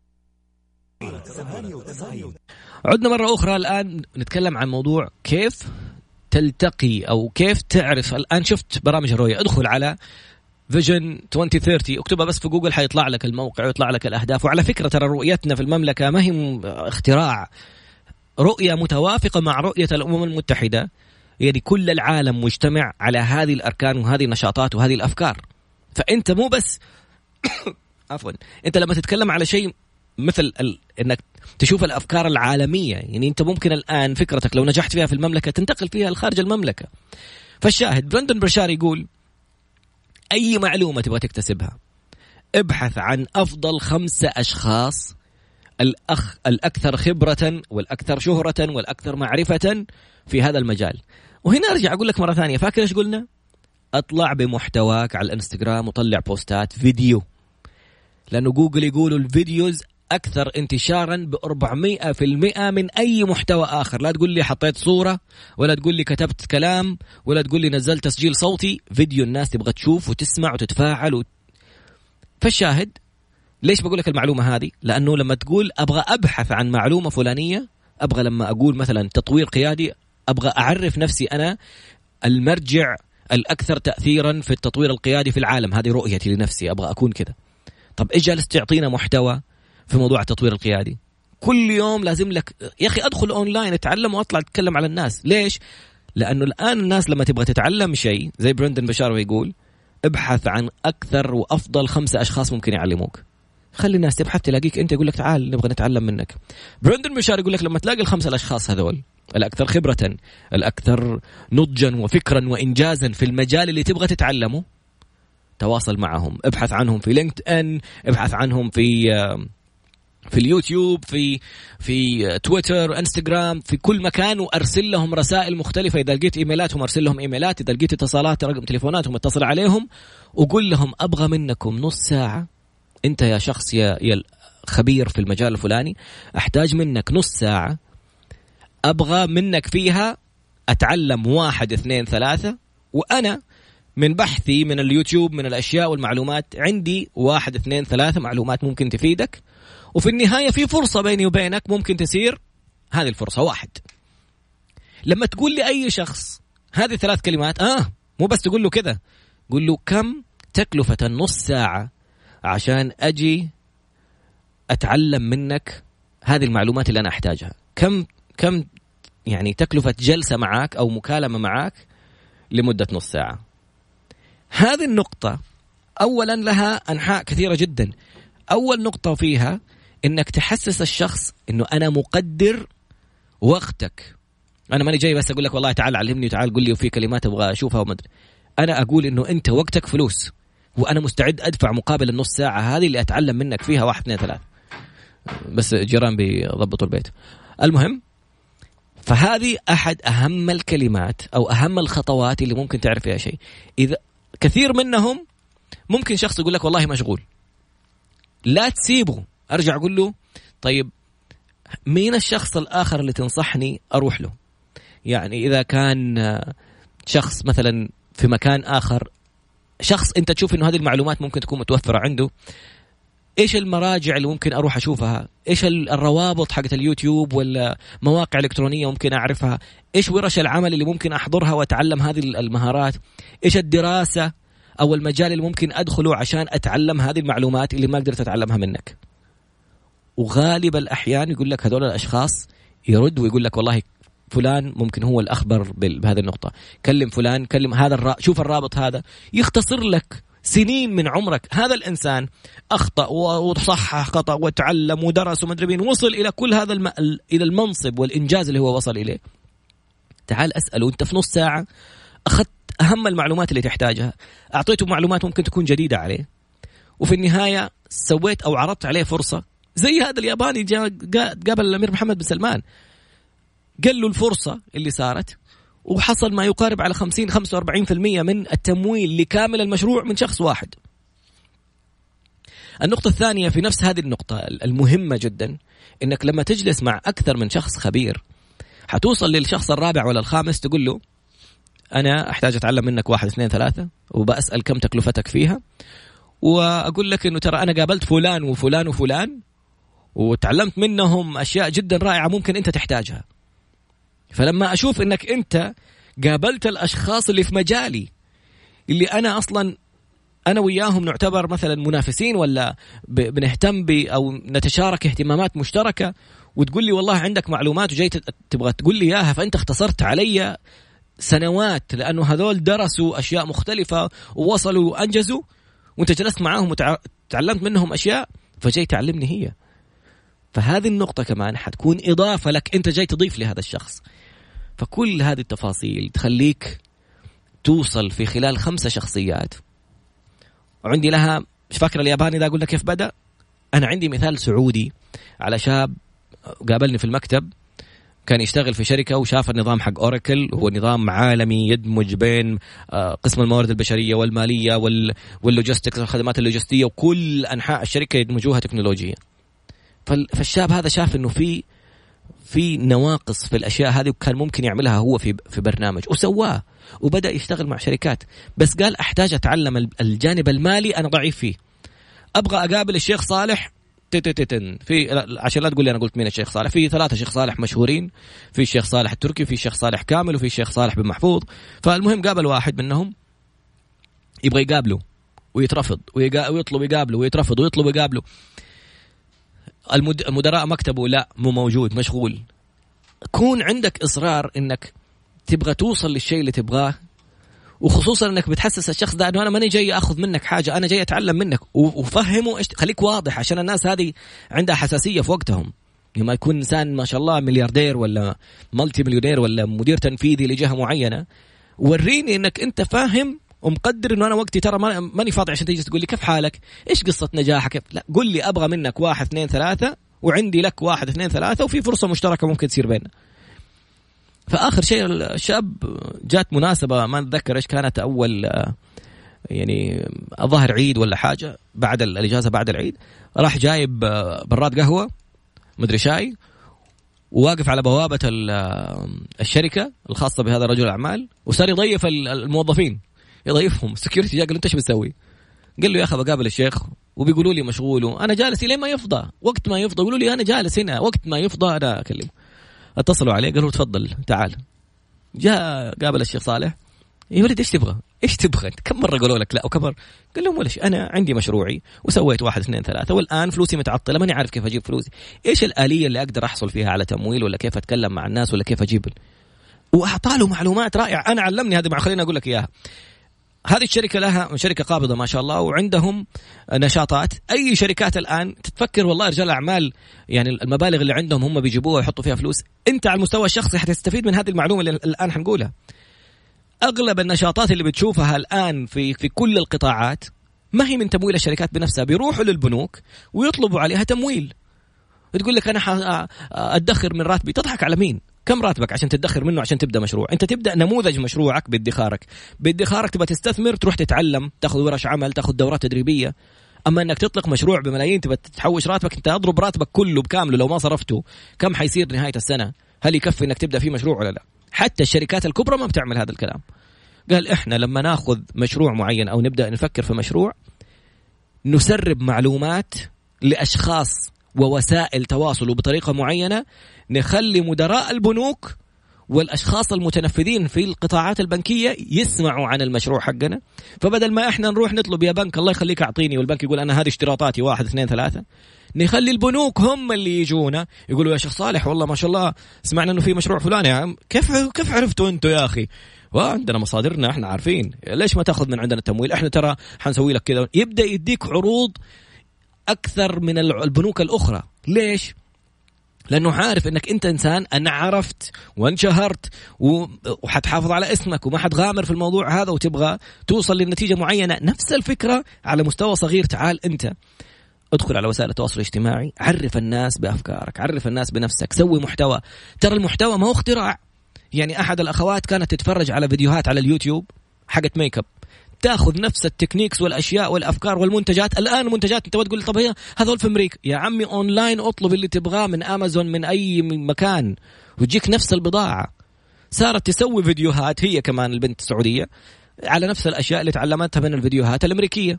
عدنا مرة أخرى، الآن نتكلم عن موضوع كيف تلتقي أو كيف تعرف. الآن شفت برامج الرؤية، ادخل على فيجن عشرين ثلاثين، اكتبها بس في جوجل حيطلع لك الموقع ويطلع لك الأهداف. وعلى فكرة ترى رؤيتنا في المملكة ما هي اختراع، رؤية متوافقة مع رؤية الأمم المتحدة. يعني كل العالم مجتمع على هذه الأركان وهذه النشاطات وهذه الأفكار. فأنت مو بس عفوا أنت لما تتكلم على شيء مثل ال... إنك تشوف الأفكار العالمية، يعني أنت ممكن الآن فكرتك لو نجحت فيها في المملكة تنتقل فيها لخارج المملكة. فالشاهد برندن برشار يقول أي معلومة تبغى تكتسبها ابحث عن أفضل خمسة أشخاص الأخ الأكثر خبرة والأكثر شهرة والأكثر معرفة في هذا المجال. وهنا أرجع أقول لك مرة ثانية، فاكر إيش قلنا؟ أطلع بمحتواك على الانستغرام وطلع بوستات فيديو، لأنه جوجل يقولوا الفيديوز أكثر انتشارا بأربعمائة في المئة من أي محتوى آخر. لا تقول لي حطيت صورة ولا تقول لي كتبت كلام ولا تقول لي نزلت تسجيل صوتي، فيديو الناس تبغى تشوف وتسمع وتتفاعل و... فالشاهد ليش بقول لك المعلومة هذه؟ لأنه لما تقول أبغى أبحث عن معلومة فلانية، أبغى لما أقول مثلا تطوير قيادي أبغى أعرف نفسي أنا المرجع الأكثر تأثيرا في التطوير القيادي في العالم، هذه رؤيتي لنفسي، أبغى أكون كذا. طب إيش جالس تعطينا محتوى في موضوع التطوير القيادي؟ كل يوم لازم لك يا أخي أدخل أونلاين أتعلم وأطلع أتكلم على الناس. ليش؟ لأنه الآن الناس لما تبغى تتعلم شيء زي برندن بشار ويقول ابحث عن أكثر وأفضل خمسة أشخاص ممكن يعلموك. خلي الناس تبحث تلاقيك أنت، يقول لك تعال نبغى نتعلم منك. برندن مشار يقول لك لما تلاقي الخمسة الأشخاص هذول الأكثر خبرة، الأكثر نضجا وفكرا وإنجازا في المجال اللي تبغى تتعلمه، تواصل معهم، ابحث عنهم في لينكد إن، ابحث عنهم في في اليوتيوب، في في تويتر، انستغرام، في كل مكان، وارسل لهم رسائل مختلفة. إذا لقيت إيميلاتهم ارسل لهم إيميلات، إذا لقيت اتصالات رقم تليفوناتهم اتصل عليهم وقول لهم أبغى منكم نص ساعة، أنت يا شخص يا يا خبير في المجال الفلاني، أحتاج منك نص ساعة أبغى منك فيها أتعلم واحد اثنين ثلاثة، وأنا من بحثي من اليوتيوب من الأشياء والمعلومات عندي واحد اثنين ثلاثة معلومات ممكن تفيدك، وفي النهاية في فرصة بيني وبينك ممكن تصير هذه الفرصة واحد. لما تقول لي أي شخص هذه ثلاث كلمات، آه مو بس تقول له كذا، قول له كم تكلفة النص ساعة عشان أجي أتعلم منك هذه المعلومات اللي أنا أحتاجها، كم كم يعني تكلفة جلسة معاك أو مكالمة معاك لمدة نص ساعة. هذه النقطة أولا لها أنحاء كثيرة جدا. أول نقطة فيها إنك تحسس الشخص إنه أنا مقدر وقتك، أنا ماني جاي بس أقول لك والله تعال علمني وتعال قل لي وفي كلمات أبغى أشوفها ومدري، أنا أقول إنه أنت وقتك فلوس، وأنا مستعد أدفع مقابل النص ساعة هذه اللي أتعلم منك فيها واحد اثنين ثلاثة. بس جيران بيضبطوا البيت. المهم، فهذه أحد أهم الكلمات أو أهم الخطوات اللي ممكن تعرف فيها شيء. إذا كثير منهم ممكن شخص يقول لك والله مشغول، لا تسيبه، أرجع أقول له طيب مين الشخص الآخر اللي تنصحني أروح له؟ يعني إذا كان شخص مثلا في مكان آخر، شخص أنت تشوف إنه هذه المعلومات ممكن تكون متوفرة عنده، إيش المراجع اللي ممكن أروح أشوفها؟ إيش الروابط حقت اليوتيوب ولا مواقع إلكترونية ممكن أعرفها؟ إيش ورش العمل اللي ممكن أحضرها وأتعلم هذه المهارات؟ إيش الدراسة أو المجال اللي ممكن أدخله عشان أتعلم هذه المعلومات اللي ما قدرت أتعلمها منك؟ وغالب الأحيان يقول لك هذول الأشخاص يرد ويقول لك والله فلان ممكن هو الأخبر بهذه النقطة، كلم فلان، كلم هذا الرا... شوف الرابط هذا، يختصر لك سنين من عمرك. هذا الإنسان أخطأ وصحح خطأ وتعلم ودرس ومدري مين، وصل إلى كل هذا الم... إلى المنصب والإنجاز اللي هو وصل إليه. تعال أسأله، أنت في نص ساعة أخذت أهم المعلومات اللي تحتاجها، أعطيته معلومات ممكن تكون جديدة عليه، وفي النهاية سويت أو عرضت عليه فرصة. زي هذا الياباني جاء قابل الأمير محمد بن سلمان، قال له الفرصة اللي صارت، وحصل ما يقارب على خمسين خمسة وأربعين بالمئة من التمويل لكامل المشروع من شخص واحد. النقطة الثانية في نفس هذه النقطة المهمة جدا، إنك لما تجلس مع أكثر من شخص خبير حتوصل للشخص الرابع ولا الخامس تقول له أنا أحتاج أتعلم منك واحد اثنين ثلاثة، وبأسأل كم تكلفتك فيها، وأقول لك إنه ترى أنا قابلت فلان وفلان وفلان وتعلمت منهم أشياء جدا رائعة ممكن أنت تحتاجها. فلما أشوف إنك أنت قابلت الأشخاص اللي في مجالي اللي أنا أصلا أنا وياهم نعتبر مثلا منافسين ولا بنهتم ب أو نتشارك اهتمامات مشتركة، وتقول لي والله عندك معلومات وجاي تبغى تقول لي إياها، فأنت اختصرت علي سنوات لأنه هذول درسوا أشياء مختلفة ووصلوا وأنجزوا، وأنت جلست معاهم وتعلمت منهم أشياء فجاي تعلمني هي. فهذه النقطة كمان حتكون إضافة لك، أنت جاي تضيف لهذا الشخص. فكل هذه التفاصيل تخليك توصل في خلال خمسة شخصيات. وعندي لها، مش فاكر الياباني ده أقول لك كيف بدأ. أنا عندي مثال سعودي على شاب قابلني في المكتب، كان يشتغل في شركة وشاف النظام حق أوراكل، هو نظام عالمي يدمج بين قسم الموارد البشرية والمالية واللوجستيك، الخدمات اللوجستية، وكل أنحاء الشركة يدمجوها تكنولوجيا. فالشاب هذا شاف إنه في في نواقص في الأشياء هذه وكان ممكن يعملها هو في في برنامج وسواه، وبدأ يشتغل مع شركات. بس قال أحتاج أتعلم الجانب المالي، أنا ضعيف فيه، أبغى أقابل الشيخ صالح تتتتن في، عشان لا تقول لي أنا قلت مين الشيخ صالح، في ثلاثة شيخ صالح مشهورين، في الشيخ صالح التركي، في الشيخ صالح كامل، وفي الشيخ صالح بن محفوظ. فالمهم قابل واحد منهم يبغى يقابله ويترفض، ويطلب يقابله ويترفض ويطلب يقابله. المدراء مكتبه لا مو موجود مشغول. كون عندك إصرار إنك تبغى توصل للشيء اللي تبغاه، وخصوصا انك بتحسس الشخص ده انه انا ماني جاي اخذ منك حاجه، انا جاي اتعلم منك. وفهمه ايش، خليك واضح، عشان الناس هذه عندها حساسيه في وقتهم. لما يكون انسان ما شاء الله ملياردير ولا مالتي مليونير ولا مدير تنفيذي لجهه معينه، وريني انك انت فاهم ومقدر انه انا وقتي ترى ماني فاضي عشان تيجي تقول لي كيف حالك، ايش قصه نجاحك. لا، قل لي ابغى منك واحد اثنين ثلاثه، وعندي لك واحد اثنين ثلاثه، وفي فرصه مشتركه ممكن تصير بيننا. فآخر شيء الشاب جات مناسبة ما نتذكر إيش كانت، أول يعني الظاهر عيد ولا حاجة، بعد الإجازة بعد العيد راح جايب براد قهوة مدري شاي، وواقف على بوابة الشركة الخاصة بهذا رجل الأعمال، وصار يضيف الموظفين يضيفهم. السكيورتي جاء قال له أنت إيش بتسوي؟ قال له يا أخي بقابل الشيخ وبيقولوا لي مشغول، أنا جالس لين ما يفضى، وقت ما يفضى يقولوا لي أنا جالس هنا، وقت ما يفضى أنا أكلمه. اتصلوا عليه قالوا تفضل تعال. جاء قابل الشيخ صالح، يا ولد ايش تبغى ايش تبغى كم مره قالوا لك لا، وكم مره قال لهم ولا شيء، انا عندي مشروعي وسويت واحد اثنين ثلاثه، والان فلوسي متعطله ماني عارف كيف اجيب فلوسي، ايش الاليه اللي اقدر احصل فيها على تمويل، ولا كيف اتكلم مع الناس، ولا كيف اجيب. واعطى له معلومات رائعه، انا علمني هذه، مع خليني اقول لك اياها. هذه الشركة لها شركة قابضة ما شاء الله، وعندهم نشاطات. أي شركات الآن تتفكر والله رجال أعمال يعني المبالغ اللي عندهم هم بيجيبوها ويحطوا فيها فلوس، أنت على المستوى الشخصي حتستفيد من هذه المعلومة اللي الآن حنقولها. أغلب النشاطات اللي بتشوفها الآن في في كل القطاعات ما هي من تمويل الشركات بنفسها، بيروحوا للبنوك ويطلبوا عليها تمويل. تقول لك أنا أدخر من راتبي، تضحك على مين؟ كم راتبك عشان تدخر منه عشان تبدأ مشروع؟ أنت تبدأ نموذج مشروعك بادخارك، بادخارك تبغى تستثمر، تروح تتعلم، تأخذ ورش عمل، تأخذ دورات تدريبية. أما أنك تطلق مشروع بملايين تبغى تحوش راتبك، أنت أضرب راتبك كله بكامله لو ما صرفته، كم حيصير نهاية السنة؟ هل يكفي أنك تبدأ فيه مشروع ولا لا؟ حتى الشركات الكبرى ما بتعمل هذا الكلام. قال إحنا لما ناخذ مشروع معين أو نبدأ نفكر في مشروع، نسرب معلومات لأشخاص ووسائل تواصل وبطريقة معينة، نخلي مدراء البنوك والأشخاص المتنفذين في القطاعات البنكية يسمعوا عن المشروع حقنا. فبدل ما إحنا نروح نطلب يا بنك الله يخليك أعطيني، والبنك يقول أنا هذه اشتراطاتي واحد اثنين ثلاثة، نخلي البنوك هم اللي يجونا يقولوا يا شيخ صالح والله ما شاء الله سمعنا إنه في مشروع فلان، يا عم كيف كيف عرفتوا أنتوا يا أخي؟ وعندنا مصادرنا إحنا عارفين، ليش ما تأخذ من عندنا التمويل؟ إحنا ترى حنسوي لك كذا. يبدأ يديك عروض أكثر من البنوك الأخرى. ليش؟ لأنه عارف أنك أنت إنسان، أنا عرفت وانشهرت وحتحافظ على اسمك وما حتغامر في الموضوع هذا، وتبغى توصل لنتيجة معينة. نفس الفكرة على مستوى صغير. تعال أنت ادخل على وسائل التواصل الاجتماعي، عرف الناس بأفكارك، عرف الناس بنفسك، سوي محتوى. ترى المحتوى ما هو اختراع. يعني أحد الأخوات كانت تتفرج على فيديوهات على اليوتيوب حقت ميك اب، تاخذ نفس التكنيكس والاشياء والافكار والمنتجات. الان منتجات انت تقول طب هي هذول في امريكا، يا عمي اونلاين اطلب اللي تبغاه من امازون من اي مكان وتجيك نفس البضاعه. صارت تسوي فيديوهات هي كمان البنت السعوديه على نفس الاشياء اللي تعلمتها من الفيديوهات الامريكيه،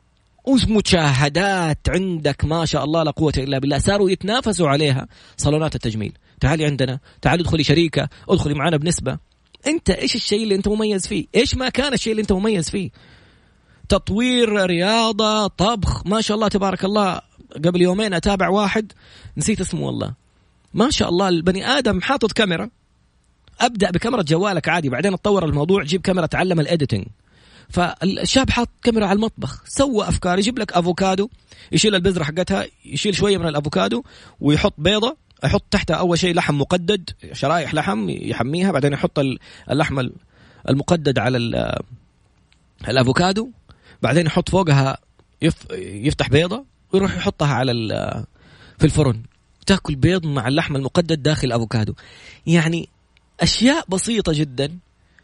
ومشاهدات عندك ما شاء الله لا قوه الا بالله. صاروا يتنافسوا عليها صالونات التجميل، تعالي عندنا، تعالي ادخلي شريكه، ادخلي معنا بنسبه. انت ايش الشيء اللي انت مميز فيه؟ ايش ما كان الشيء اللي انت مميز فيه؟ تطوير، رياضة، طبخ، ما شاء الله تبارك الله. قبل يومين اتابع واحد نسيت اسمه والله، ما شاء الله البني ادم حاطط كاميرا. ابدأ بكاميرا جوالك عادي، بعدين اتطور الموضوع جيب كاميرا تعلم الاديتنج. فالشاب حاط كاميرا على المطبخ، سوى افكار، يجيب لك افوكادو، يشيل البذرة حقتها، يشيل شوية من الافوكادو ويحط بيضة، يحط تحتها أول شيء لحم مقدد، شرائح لحم يحميها، بعدين يحط اللحم المقدد على الأفوكادو، بعدين يحط فوقها يفتح بيضة ويروح يحطها على في الفرن، تأكل بيض مع اللحم المقدد داخل الأفوكادو. يعني أشياء بسيطة جدا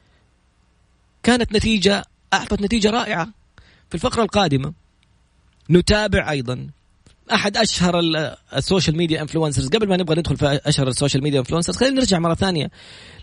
كانت نتيجة، أعطت نتيجة رائعة. في الفقرة القادمة نتابع أيضا أحد أشهر السوشيال ميديا إنفلونسرز. قبل ما نبغى ندخل في أشهر السوشيال ميديا إنفلونسرز، خلينا نرجع مرة ثانية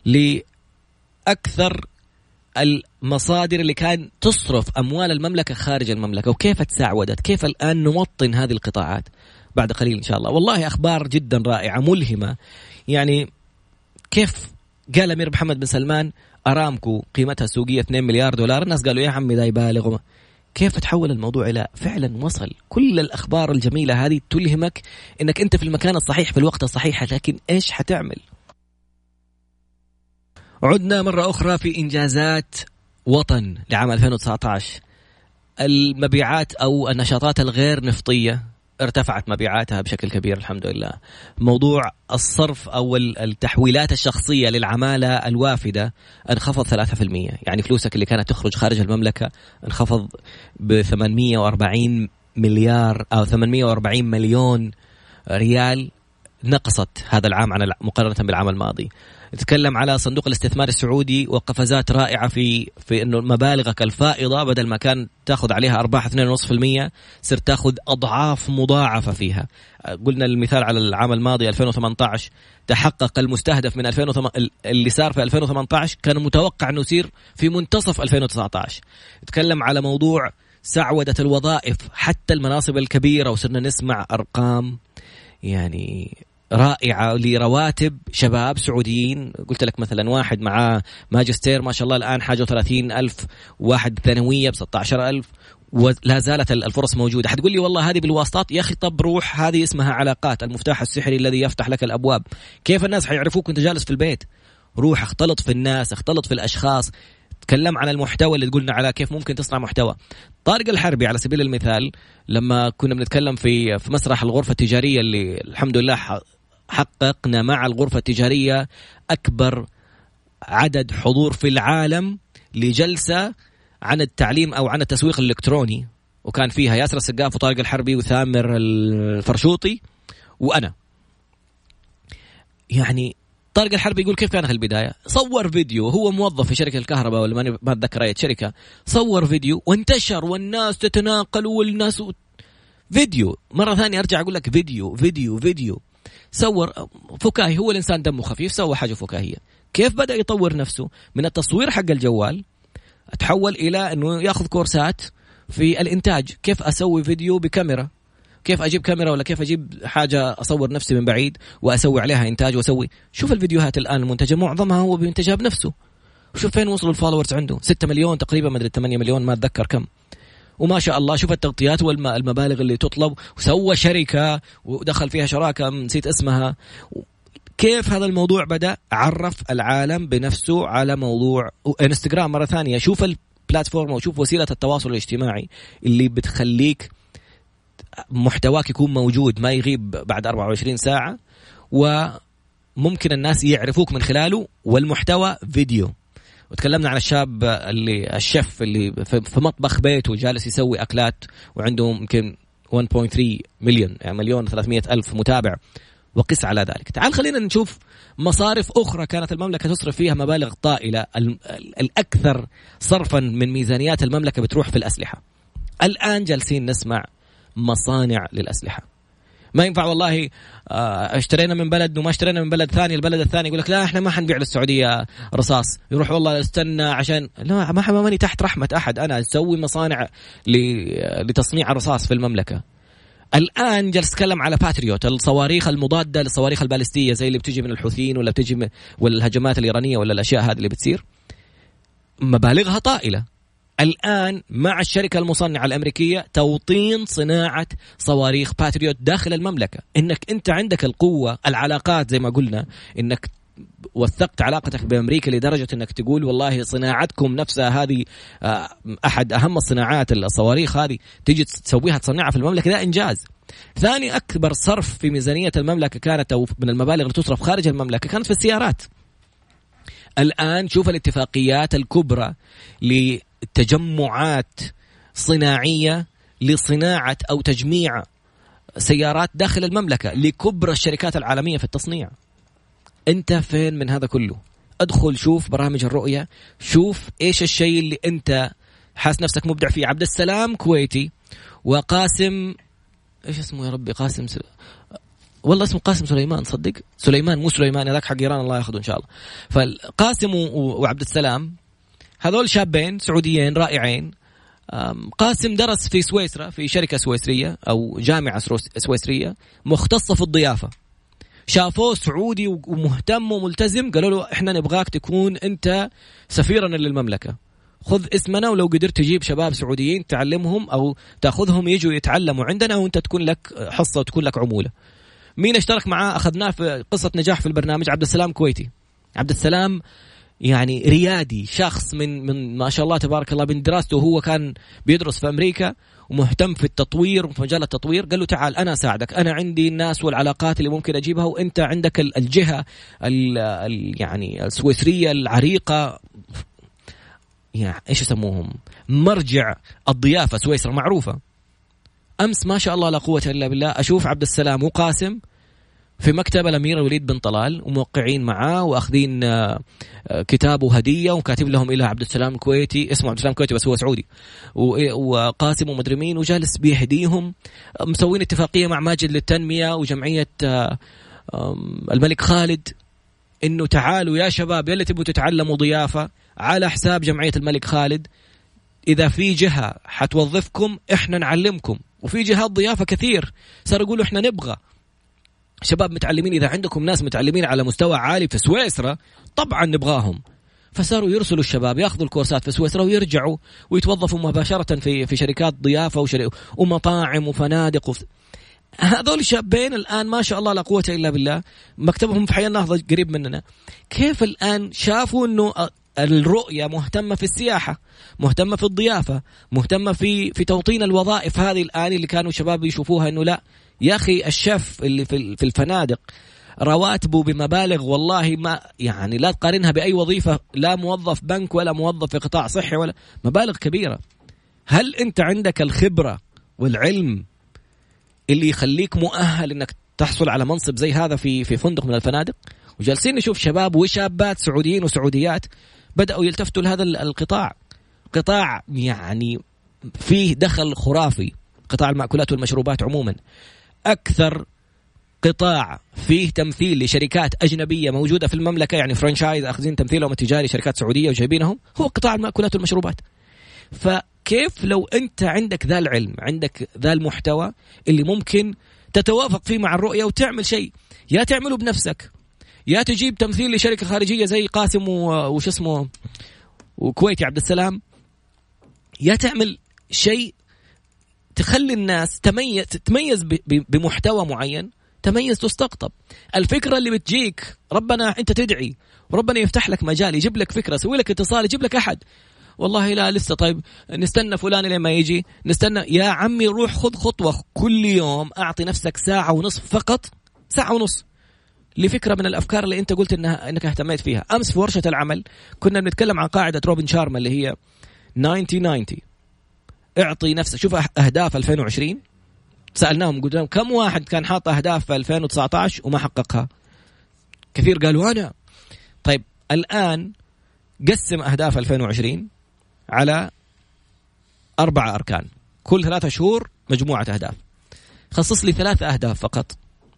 لأكثر المصادر اللي كان تصرف أموال المملكة خارج المملكة وكيف تساعدت، كيف الآن نوطن هذه القطاعات بعد قليل إن شاء الله. والله أخبار جدا رائعة ملهمة. يعني كيف قال أمير محمد بن سلمان أرامكو قيمتها السوقية اثنين مليار دولار، الناس قالوا يا عمي ذا يبالغ. كيف تحول الموضوع إلى فعلا وصل؟ كل الأخبار الجميلة هذه تلهمك إنك أنت في المكان الصحيح في الوقت الصحيح، لكن إيش حتعمل؟ عدنا مرة أخرى في إنجازات وطن لعام ألفين وتسعة عشر، المبيعات أو النشاطات الغير نفطية ارتفعت مبيعاتها بشكل كبير الحمد لله. موضوع الصرف أو التحويلات الشخصية للعمالة الوافدة انخفض ثلاثة بالمئة، يعني فلوسك اللي كانت تخرج خارج المملكة انخفض ب ثمانمئة وأربعين مليار أو ثمانمئة وأربعين مليون ريال، نقصت هذا العام عن مقارنة بالعام الماضي. نتكلم على صندوق الاستثمار السعودي وقفزات رائعة في في إنه مبالغك الفائضة بدل ما كان تأخذ عليها أرباح اثنين فاصلة خمسة بالمئة صرت تأخذ أضعاف مضاعفة فيها. قلنا المثال على العام الماضي ألفين وثمانية عشر تحقق المستهدف من ألفين وثمانية اللي صار في ألفين وثمانية عشر كان متوقع إنه يصير في منتصف ألفين وتسعة عشر. نتكلم على موضوع سعودة الوظائف حتى المناصب الكبيرة، وصرنا نسمع أرقام يعني رائعة لرواتب شباب سعوديين. قلت لك مثلا واحد مع ماجستير ما شاء الله الآن حاجة ثلاثين ألف، واحد ثانوية بستة عشر ألف، ولا زالت الفرص موجودة. حتقول لي والله هذه بالواسطات، يا أخي طب روح، هذه اسمها علاقات، المفتاح السحري الذي يفتح لك الأبواب. كيف الناس حيعرفوك وانت جالس في البيت؟ روح اختلط في الناس، اختلط في الأشخاص. تكلم عن المحتوى اللي تقولنا على كيف ممكن تصنع محتوى. طارق الحربي على سبيل المثال لما كنا بنتكلم في في مسرح الغرفة التجارية اللي الحمد لله حققنا مع الغرفة التجارية أكبر عدد حضور في العالم لجلسة عن التعليم أو عن التسويق الإلكتروني، وكان فيها ياسر السقاف وطارق الحربي وثامر الفرشوطي وأنا. يعني طارق الحربي يقول كيف كانت البداية؟ صور فيديو، هو موظف في شركة الكهرباء ولا ما أتذكر أي شركة، صور فيديو وانتشر والناس تتناقل والناس و... فيديو. مرة ثانية أرجع أقول لك فيديو فيديو فيديو صور فكاهي، هو الإنسان دمه خفيف سوى حاجة فكاهية. كيف بدأ يطور نفسه من التصوير حق الجوال، تحول إلى أنه يأخذ كورسات في الإنتاج، كيف أسوي فيديو بكاميرا، كيف أجيب كاميرا ولا كيف أجيب حاجة أصور نفسي من بعيد وأسوي عليها إنتاج وأسوي. شوف الفيديوهات الآن المنتجة معظمها هو بينتجها بنفسه، وشوف فين وصلوا الفولورز عنده، ستة مليون تقريبا، ما أدري ثمانية مليون ما أتذكر كم، وما شاء الله شوف التغطيات والمبالغ اللي تطلب، وسوى شركة ودخل فيها شراكة نسيت اسمها. كيف هذا الموضوع بدأ؟ عرف العالم بنفسه على موضوع انستغرام. مرة ثانية شوف البلاتفورم وشوف وسيلة التواصل الاجتماعي اللي بتخليك محتواك يكون موجود ما يغيب بعد أربعة وعشرين ساعة، وممكن الناس يعرفوك من خلاله، والمحتوى فيديو. وتكلمنا عن الشاب اللي الشيف اللي في مطبخ بيته جالس يسوي أكلات وعنده يمكن واحد فاصلة ثلاثة مليون، يعني مليون وثلاثمائة ألف متابع، وقس على ذلك. تعال خلينا نشوف مصارف أخرى كانت المملكة تصرف فيها مبالغ طائلة. الأكثر صرفا من ميزانيات المملكة بتروح في الأسلحة. الآن جالسين نسمع مصانع للأسلحة. ما ينفع والله اشترينا من بلد وما اشترينا من بلد ثاني، البلد الثاني يقول لك لا احنا ما حنبيع للسعودية رصاص، يروح والله استنى عشان لا ما حمامني تحت رحمة أحد، أنا أسوي مصانع لتصنيع الرصاص في المملكة. الآن جالس أتكلم على باتريوت، الصواريخ المضادة للصواريخ البالستية زي اللي بتجي من الحوثيين ولا بتجي من والهجمات الإيرانية ولا الأشياء هذه اللي بتصير، مبالغها طائلة. الآن مع الشركة المصنعة الأمريكية توطين صناعة صواريخ باتريوت داخل المملكة. إنك أنت عندك القوة، العلاقات زي ما قلنا، إنك وثقت علاقتك بأمريكا لدرجة إنك تقول والله صناعتكم نفسها هذه أحد أهم الصناعات، الصواريخ هذه تيجي تسويها تصنعها في المملكة، ده إنجاز. ثاني أكبر صرف في ميزانية المملكة كانت أو من المبالغ اللي تصرف خارج المملكة كانت في السيارات. الآن شوف الاتفاقيات الكبرى لتجمعات صناعية لصناعة أو تجميع سيارات داخل المملكة لكبرى الشركات العالمية في التصنيع. أنت فين من هذا كله؟ أدخل شوف برامج الرؤية، شوف إيش الشيء اللي أنت حاس نفسك مبدع فيه. عبد السلام كويتي وقاسم إيش اسمه يا ربي، قاسم سل... والله اسمه قاسم سليمان، صدق سليمان مو سليمان، هذاك حق إيران الله ياخذه إن شاء الله. فالقاسم وعبد السلام هذول شابين سعوديين رائعين. قاسم درس في سويسرا في شركة سويسرية أو جامعة سويسرية مختصة في الضيافة. شافوه سعودي ومهتم وملتزم، قالوا له إحنا نبغاك تكون أنت سفيرنا للمملكة، خذ اسمنا، ولو قدرت تجيب شباب سعوديين تعلمهم أو تأخذهم يجوا يتعلموا عندنا وأنت تكون لك حصة وتكون لك عمولة. مين اشترك معاه أخذناه في قصة نجاح في البرنامج؟ عبد السلام كويتي. عبد السلام يعني ريادي، شخص من من ما شاء الله تبارك الله من دراسته، هو كان بيدرس في أمريكا ومهتم في التطوير وفي مجال التطوير، قال له تعال أنا أساعدك، أنا عندي الناس والعلاقات اللي ممكن أجيبها، وأنت عندك الجهة يعني السويسرية العريقة، يعني إيش يسموهم، مرجع الضيافة، سويسرا معروفة. أمس ما شاء الله لا قوة إلا بالله أشوف عبد السلام وقاسم في مكتب الأمير الوليد بن طلال وموقعين معاه وأخذين كتابه هدية وكاتب لهم إلى عبد السلام الكويتي، اسمه عبد السلام الكويتي بس هو سعودي، وقاسم ومدري مين، وجالس بيهديهم. مسوين اتفاقية مع ماجد للتنمية وجمعية الملك خالد إنه تعالوا يا شباب يلي تبوا تتعلموا ضيافة على حساب جمعية الملك خالد، إذا في جهة حتوظفكم إحنا نعلمكم. وفي جهات ضيافة كثير صار يقولوا إحنا نبغى شباب متعلمين، إذا عندكم ناس متعلمين على مستوى عالي في سويسرا طبعا نبغاهم. فصاروا يرسلوا الشباب ياخذوا الكورسات في سويسرا ويرجعوا ويتوظفوا مباشرة في في شركات ضيافة وشري ومطاعم وفنادق وف... هذول الشابين الآن ما شاء الله لا قوة إلا بالله مكتبهم في حي النهضة قريب مننا. كيف الآن شافوا إنه الرؤية مهتمة في السياحة، مهتمة في الضيافة، مهتمة في في توطين الوظائف هذه الآن اللي كانوا شباب يشوفوها إنه لا يا أخي الشيف اللي في في الفنادق رواتبه بمبالغ والله ما يعني لا تقارنها بأي وظيفة، لا موظف بنك ولا موظف في قطاع صحي ولا مبالغ كبيرة. هل أنت عندك الخبرة والعلم اللي يخليك مؤهل إنك تحصل على منصب زي هذا في في فندق من الفنادق؟ وجالسين نشوف شباب وشابات سعوديين وسعوديات بدأوا يلتفتوا لهذا القطاع، قطاع يعني فيه دخل خرافي، قطاع المأكولات والمشروبات عموما أكثر قطاع فيه تمثيل لشركات أجنبية موجودة في المملكة، يعني فرانشايز أخذين تمثيلهم التجاري شركات سعودية وجايبينهم، هو قطاع المأكولات والمشروبات. فكيف لو أنت عندك ذا العلم، عندك ذا المحتوى اللي ممكن تتوافق فيه مع الرؤية وتعمل شيء، يا تعمله بنفسك يا تجيب تمثيل لشركة خارجية زي قاسم وش اسمه وكويتي عبد السلام، يا تعمل شيء تخلي الناس تميز تميز بمحتوى معين، تميز تستقطب. الفكرة اللي بتجيك ربنا أنت تدعي وربنا يفتح لك مجال، يجيب لك فكرة، سوي لك اتصال، يجيب لك أحد، والله لا لسه طيب نستنى فلان لما يجي نستنى. يا عمي روح خذ خطوة كل يوم، أعطي نفسك ساعة ونصف فقط، ساعة ونص لفكرة من الأفكار اللي أنت قلت إنها إنك اهتميت فيها. أمس في ورشة العمل كنا بنتكلم عن قاعدة روبن شارما اللي هي تسعين تسعين. اعطي نفسك، شوف أهداف ألفين وعشرين سألناهم قلنا كم واحد كان حاط أهداف في ألفين وتسعة عشر وما حققها؟ كثير قالوا أنا. طيب الآن قسم أهداف ألفين وعشرين على أربعة أركان، كل ثلاثة شهور مجموعة أهداف. خصص لي ثلاثة أهداف فقط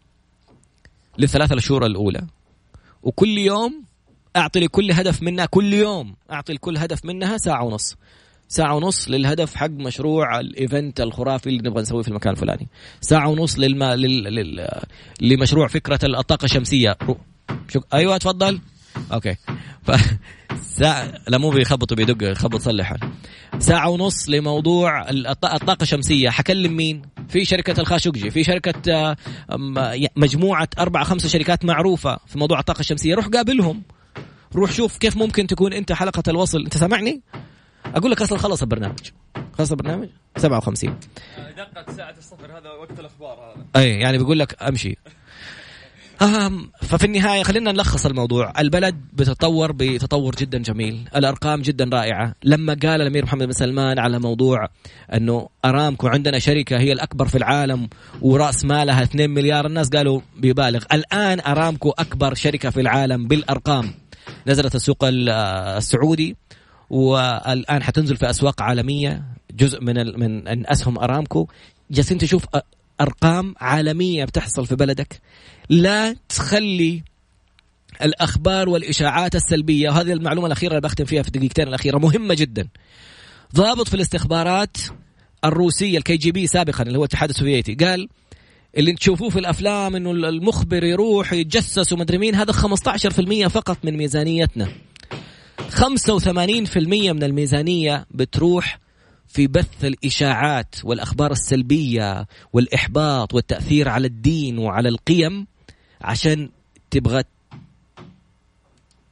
للثلاثة الشهور الأولى، وكل يوم أعطي لكل هدف منها، كل يوم أعطي لكل هدف منها ساعة ونص، ساعة ونص للهدف حق مشروع الإيفنت الخرافي اللي نبغى نسويه في المكان الفلاني، ساعة ونص للما لل... لل... لمشروع فكرة الطاقة الشمسية. شو... أيوة تفضل. أوكي ف... ساعة لا مو بيخبطوا بيدق يخبط صلحها. ساعة ونص لموضوع الطاقة الشمسية، حكلم مين؟ في شركة الخاشقجي، في شركة مجموعة أربعة خمسة شركات معروفة في موضوع الطاقة الشمسية، روح قابلهم، روح شوف كيف ممكن تكون أنت حلقة الوصل. أنت سامعني؟ أقول لك أصلا خلص البرنامج، خلص البرنامج سبعة وخمسين دقت ساعة الصفر، هذا وقت الأخبار هذا. أي يعني بيقول لك أمشي. أهم ففي النهاية خلينا نلخص الموضوع. البلد بتطور بتطور جدا جميل، الأرقام جدا رائعة. لما قال الأمير محمد بن سلمان على موضوع أنه أرامكو عندنا شركة هي الأكبر في العالم ورأس مالها اثنين مليار، الناس قالوا بيبالغ. الآن أرامكو أكبر شركة في العالم بالأرقام، نزلت السوق السعودي والآن حتنزل في أسواق عالمية، جزء من من أسهم أرامكو. جالسين تشوف أرقام عالمية بتحصل في بلدك. لا تخلي الأخبار والإشاعات السلبية، وهذه المعلومة الأخيرة اللي بختم فيها في الدقيقتين الأخيرة مهمة جدا. ضابط في الاستخبارات الروسية الكي جي بي سابقا اللي هو الاتحاد السوفيتي قال اللي تشوفوه في الأفلام إنه المخبر يروح يتجسس ومدري مين، هذا خمسة عشر بالمئة فقط من ميزانيتنا. خمسة وثمانين بالمئة من الميزانية بتروح في بث الإشاعات والأخبار السلبية والإحباط والتأثير على الدين وعلى القيم، عشان تبغى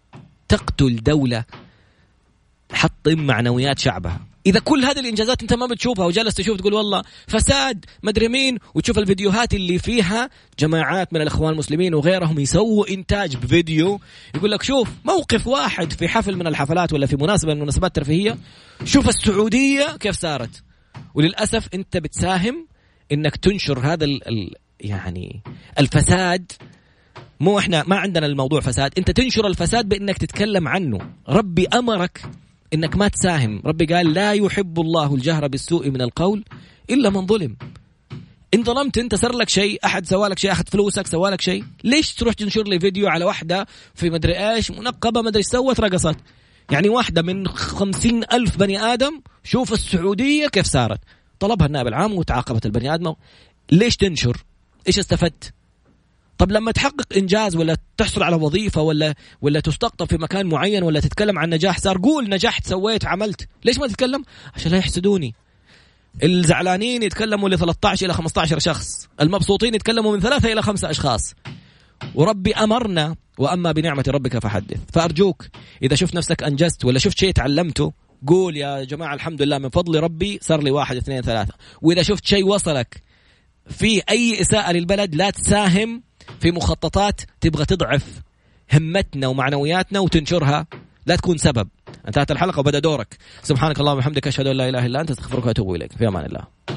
تقتل دولة حطم معنويات شعبها. إذا كل هذه الإنجازات أنت ما بتشوفها وجالس تشوف تقول والله فساد مدري مين، وتشوف الفيديوهات اللي فيها جماعات من الإخوان المسلمين وغيرهم يسووا إنتاج بفيديو يقول لك شوف موقف واحد في حفل من الحفلات ولا في مناسبة من المناسبات الترفيهية، شوف السعودية كيف صارت. وللأسف أنت بتساهم إنك تنشر هذا ال ال يعني الفساد. مو إحنا ما عندنا الموضوع فساد، أنت تنشر الفساد بإنك تتكلم عنه. ربي أمرك إنك ما تساهم. ربي قال لا يحب الله الجهر بالسوء من القول إلا من ظلم. إن ظلمت أنت صار لك شيء، أحد سوالك شيء، أحد فلوسك سوالك شيء، ليش تروح تنشر لي فيديو على واحدة في مدري إيش منقبة مدري سوت رقصت؟ يعني واحدة من خمسين ألف بني آدم شوف السعودية كيف صارت، طلبها النائب العام وتعاقبت البني آدم. ليش تنشر؟ إيش استفدت؟ طب لما تحقق إنجاز ولا تحصل على وظيفة ولا ولا تستقطب في مكان معين ولا تتكلم عن نجاح صار، قول نجحت سويت عملت. ليش ما تتكلم؟ عشان لا يحسدوني. الزعلانين يتكلموا ل ثلاثة عشر إلى خمسة عشر شخص، المبسوطين يتكلموا من ثلاثة إلى خمسة أشخاص. وربي أمرنا وأما بنعمة ربك فحدث. فأرجوك إذا شفت نفسك أنجزت ولا شفت شيء تعلمته قول يا جماعة الحمد لله من فضل ربي صار لي واحد اثنين ثلاثة. وإذا شفت شيء وصلك في أي إساءة للبلد لا تساهم في مخططات تبغى تضعف همتنا ومعنوياتنا وتنشرها، لا تكون سبب. انتهت الحلقة وبدأ دورك. سبحانك اللهم وبحمدك أشهد أن لا إله إلا أنت أستغفرك وأتوب إليك. في أمان الله.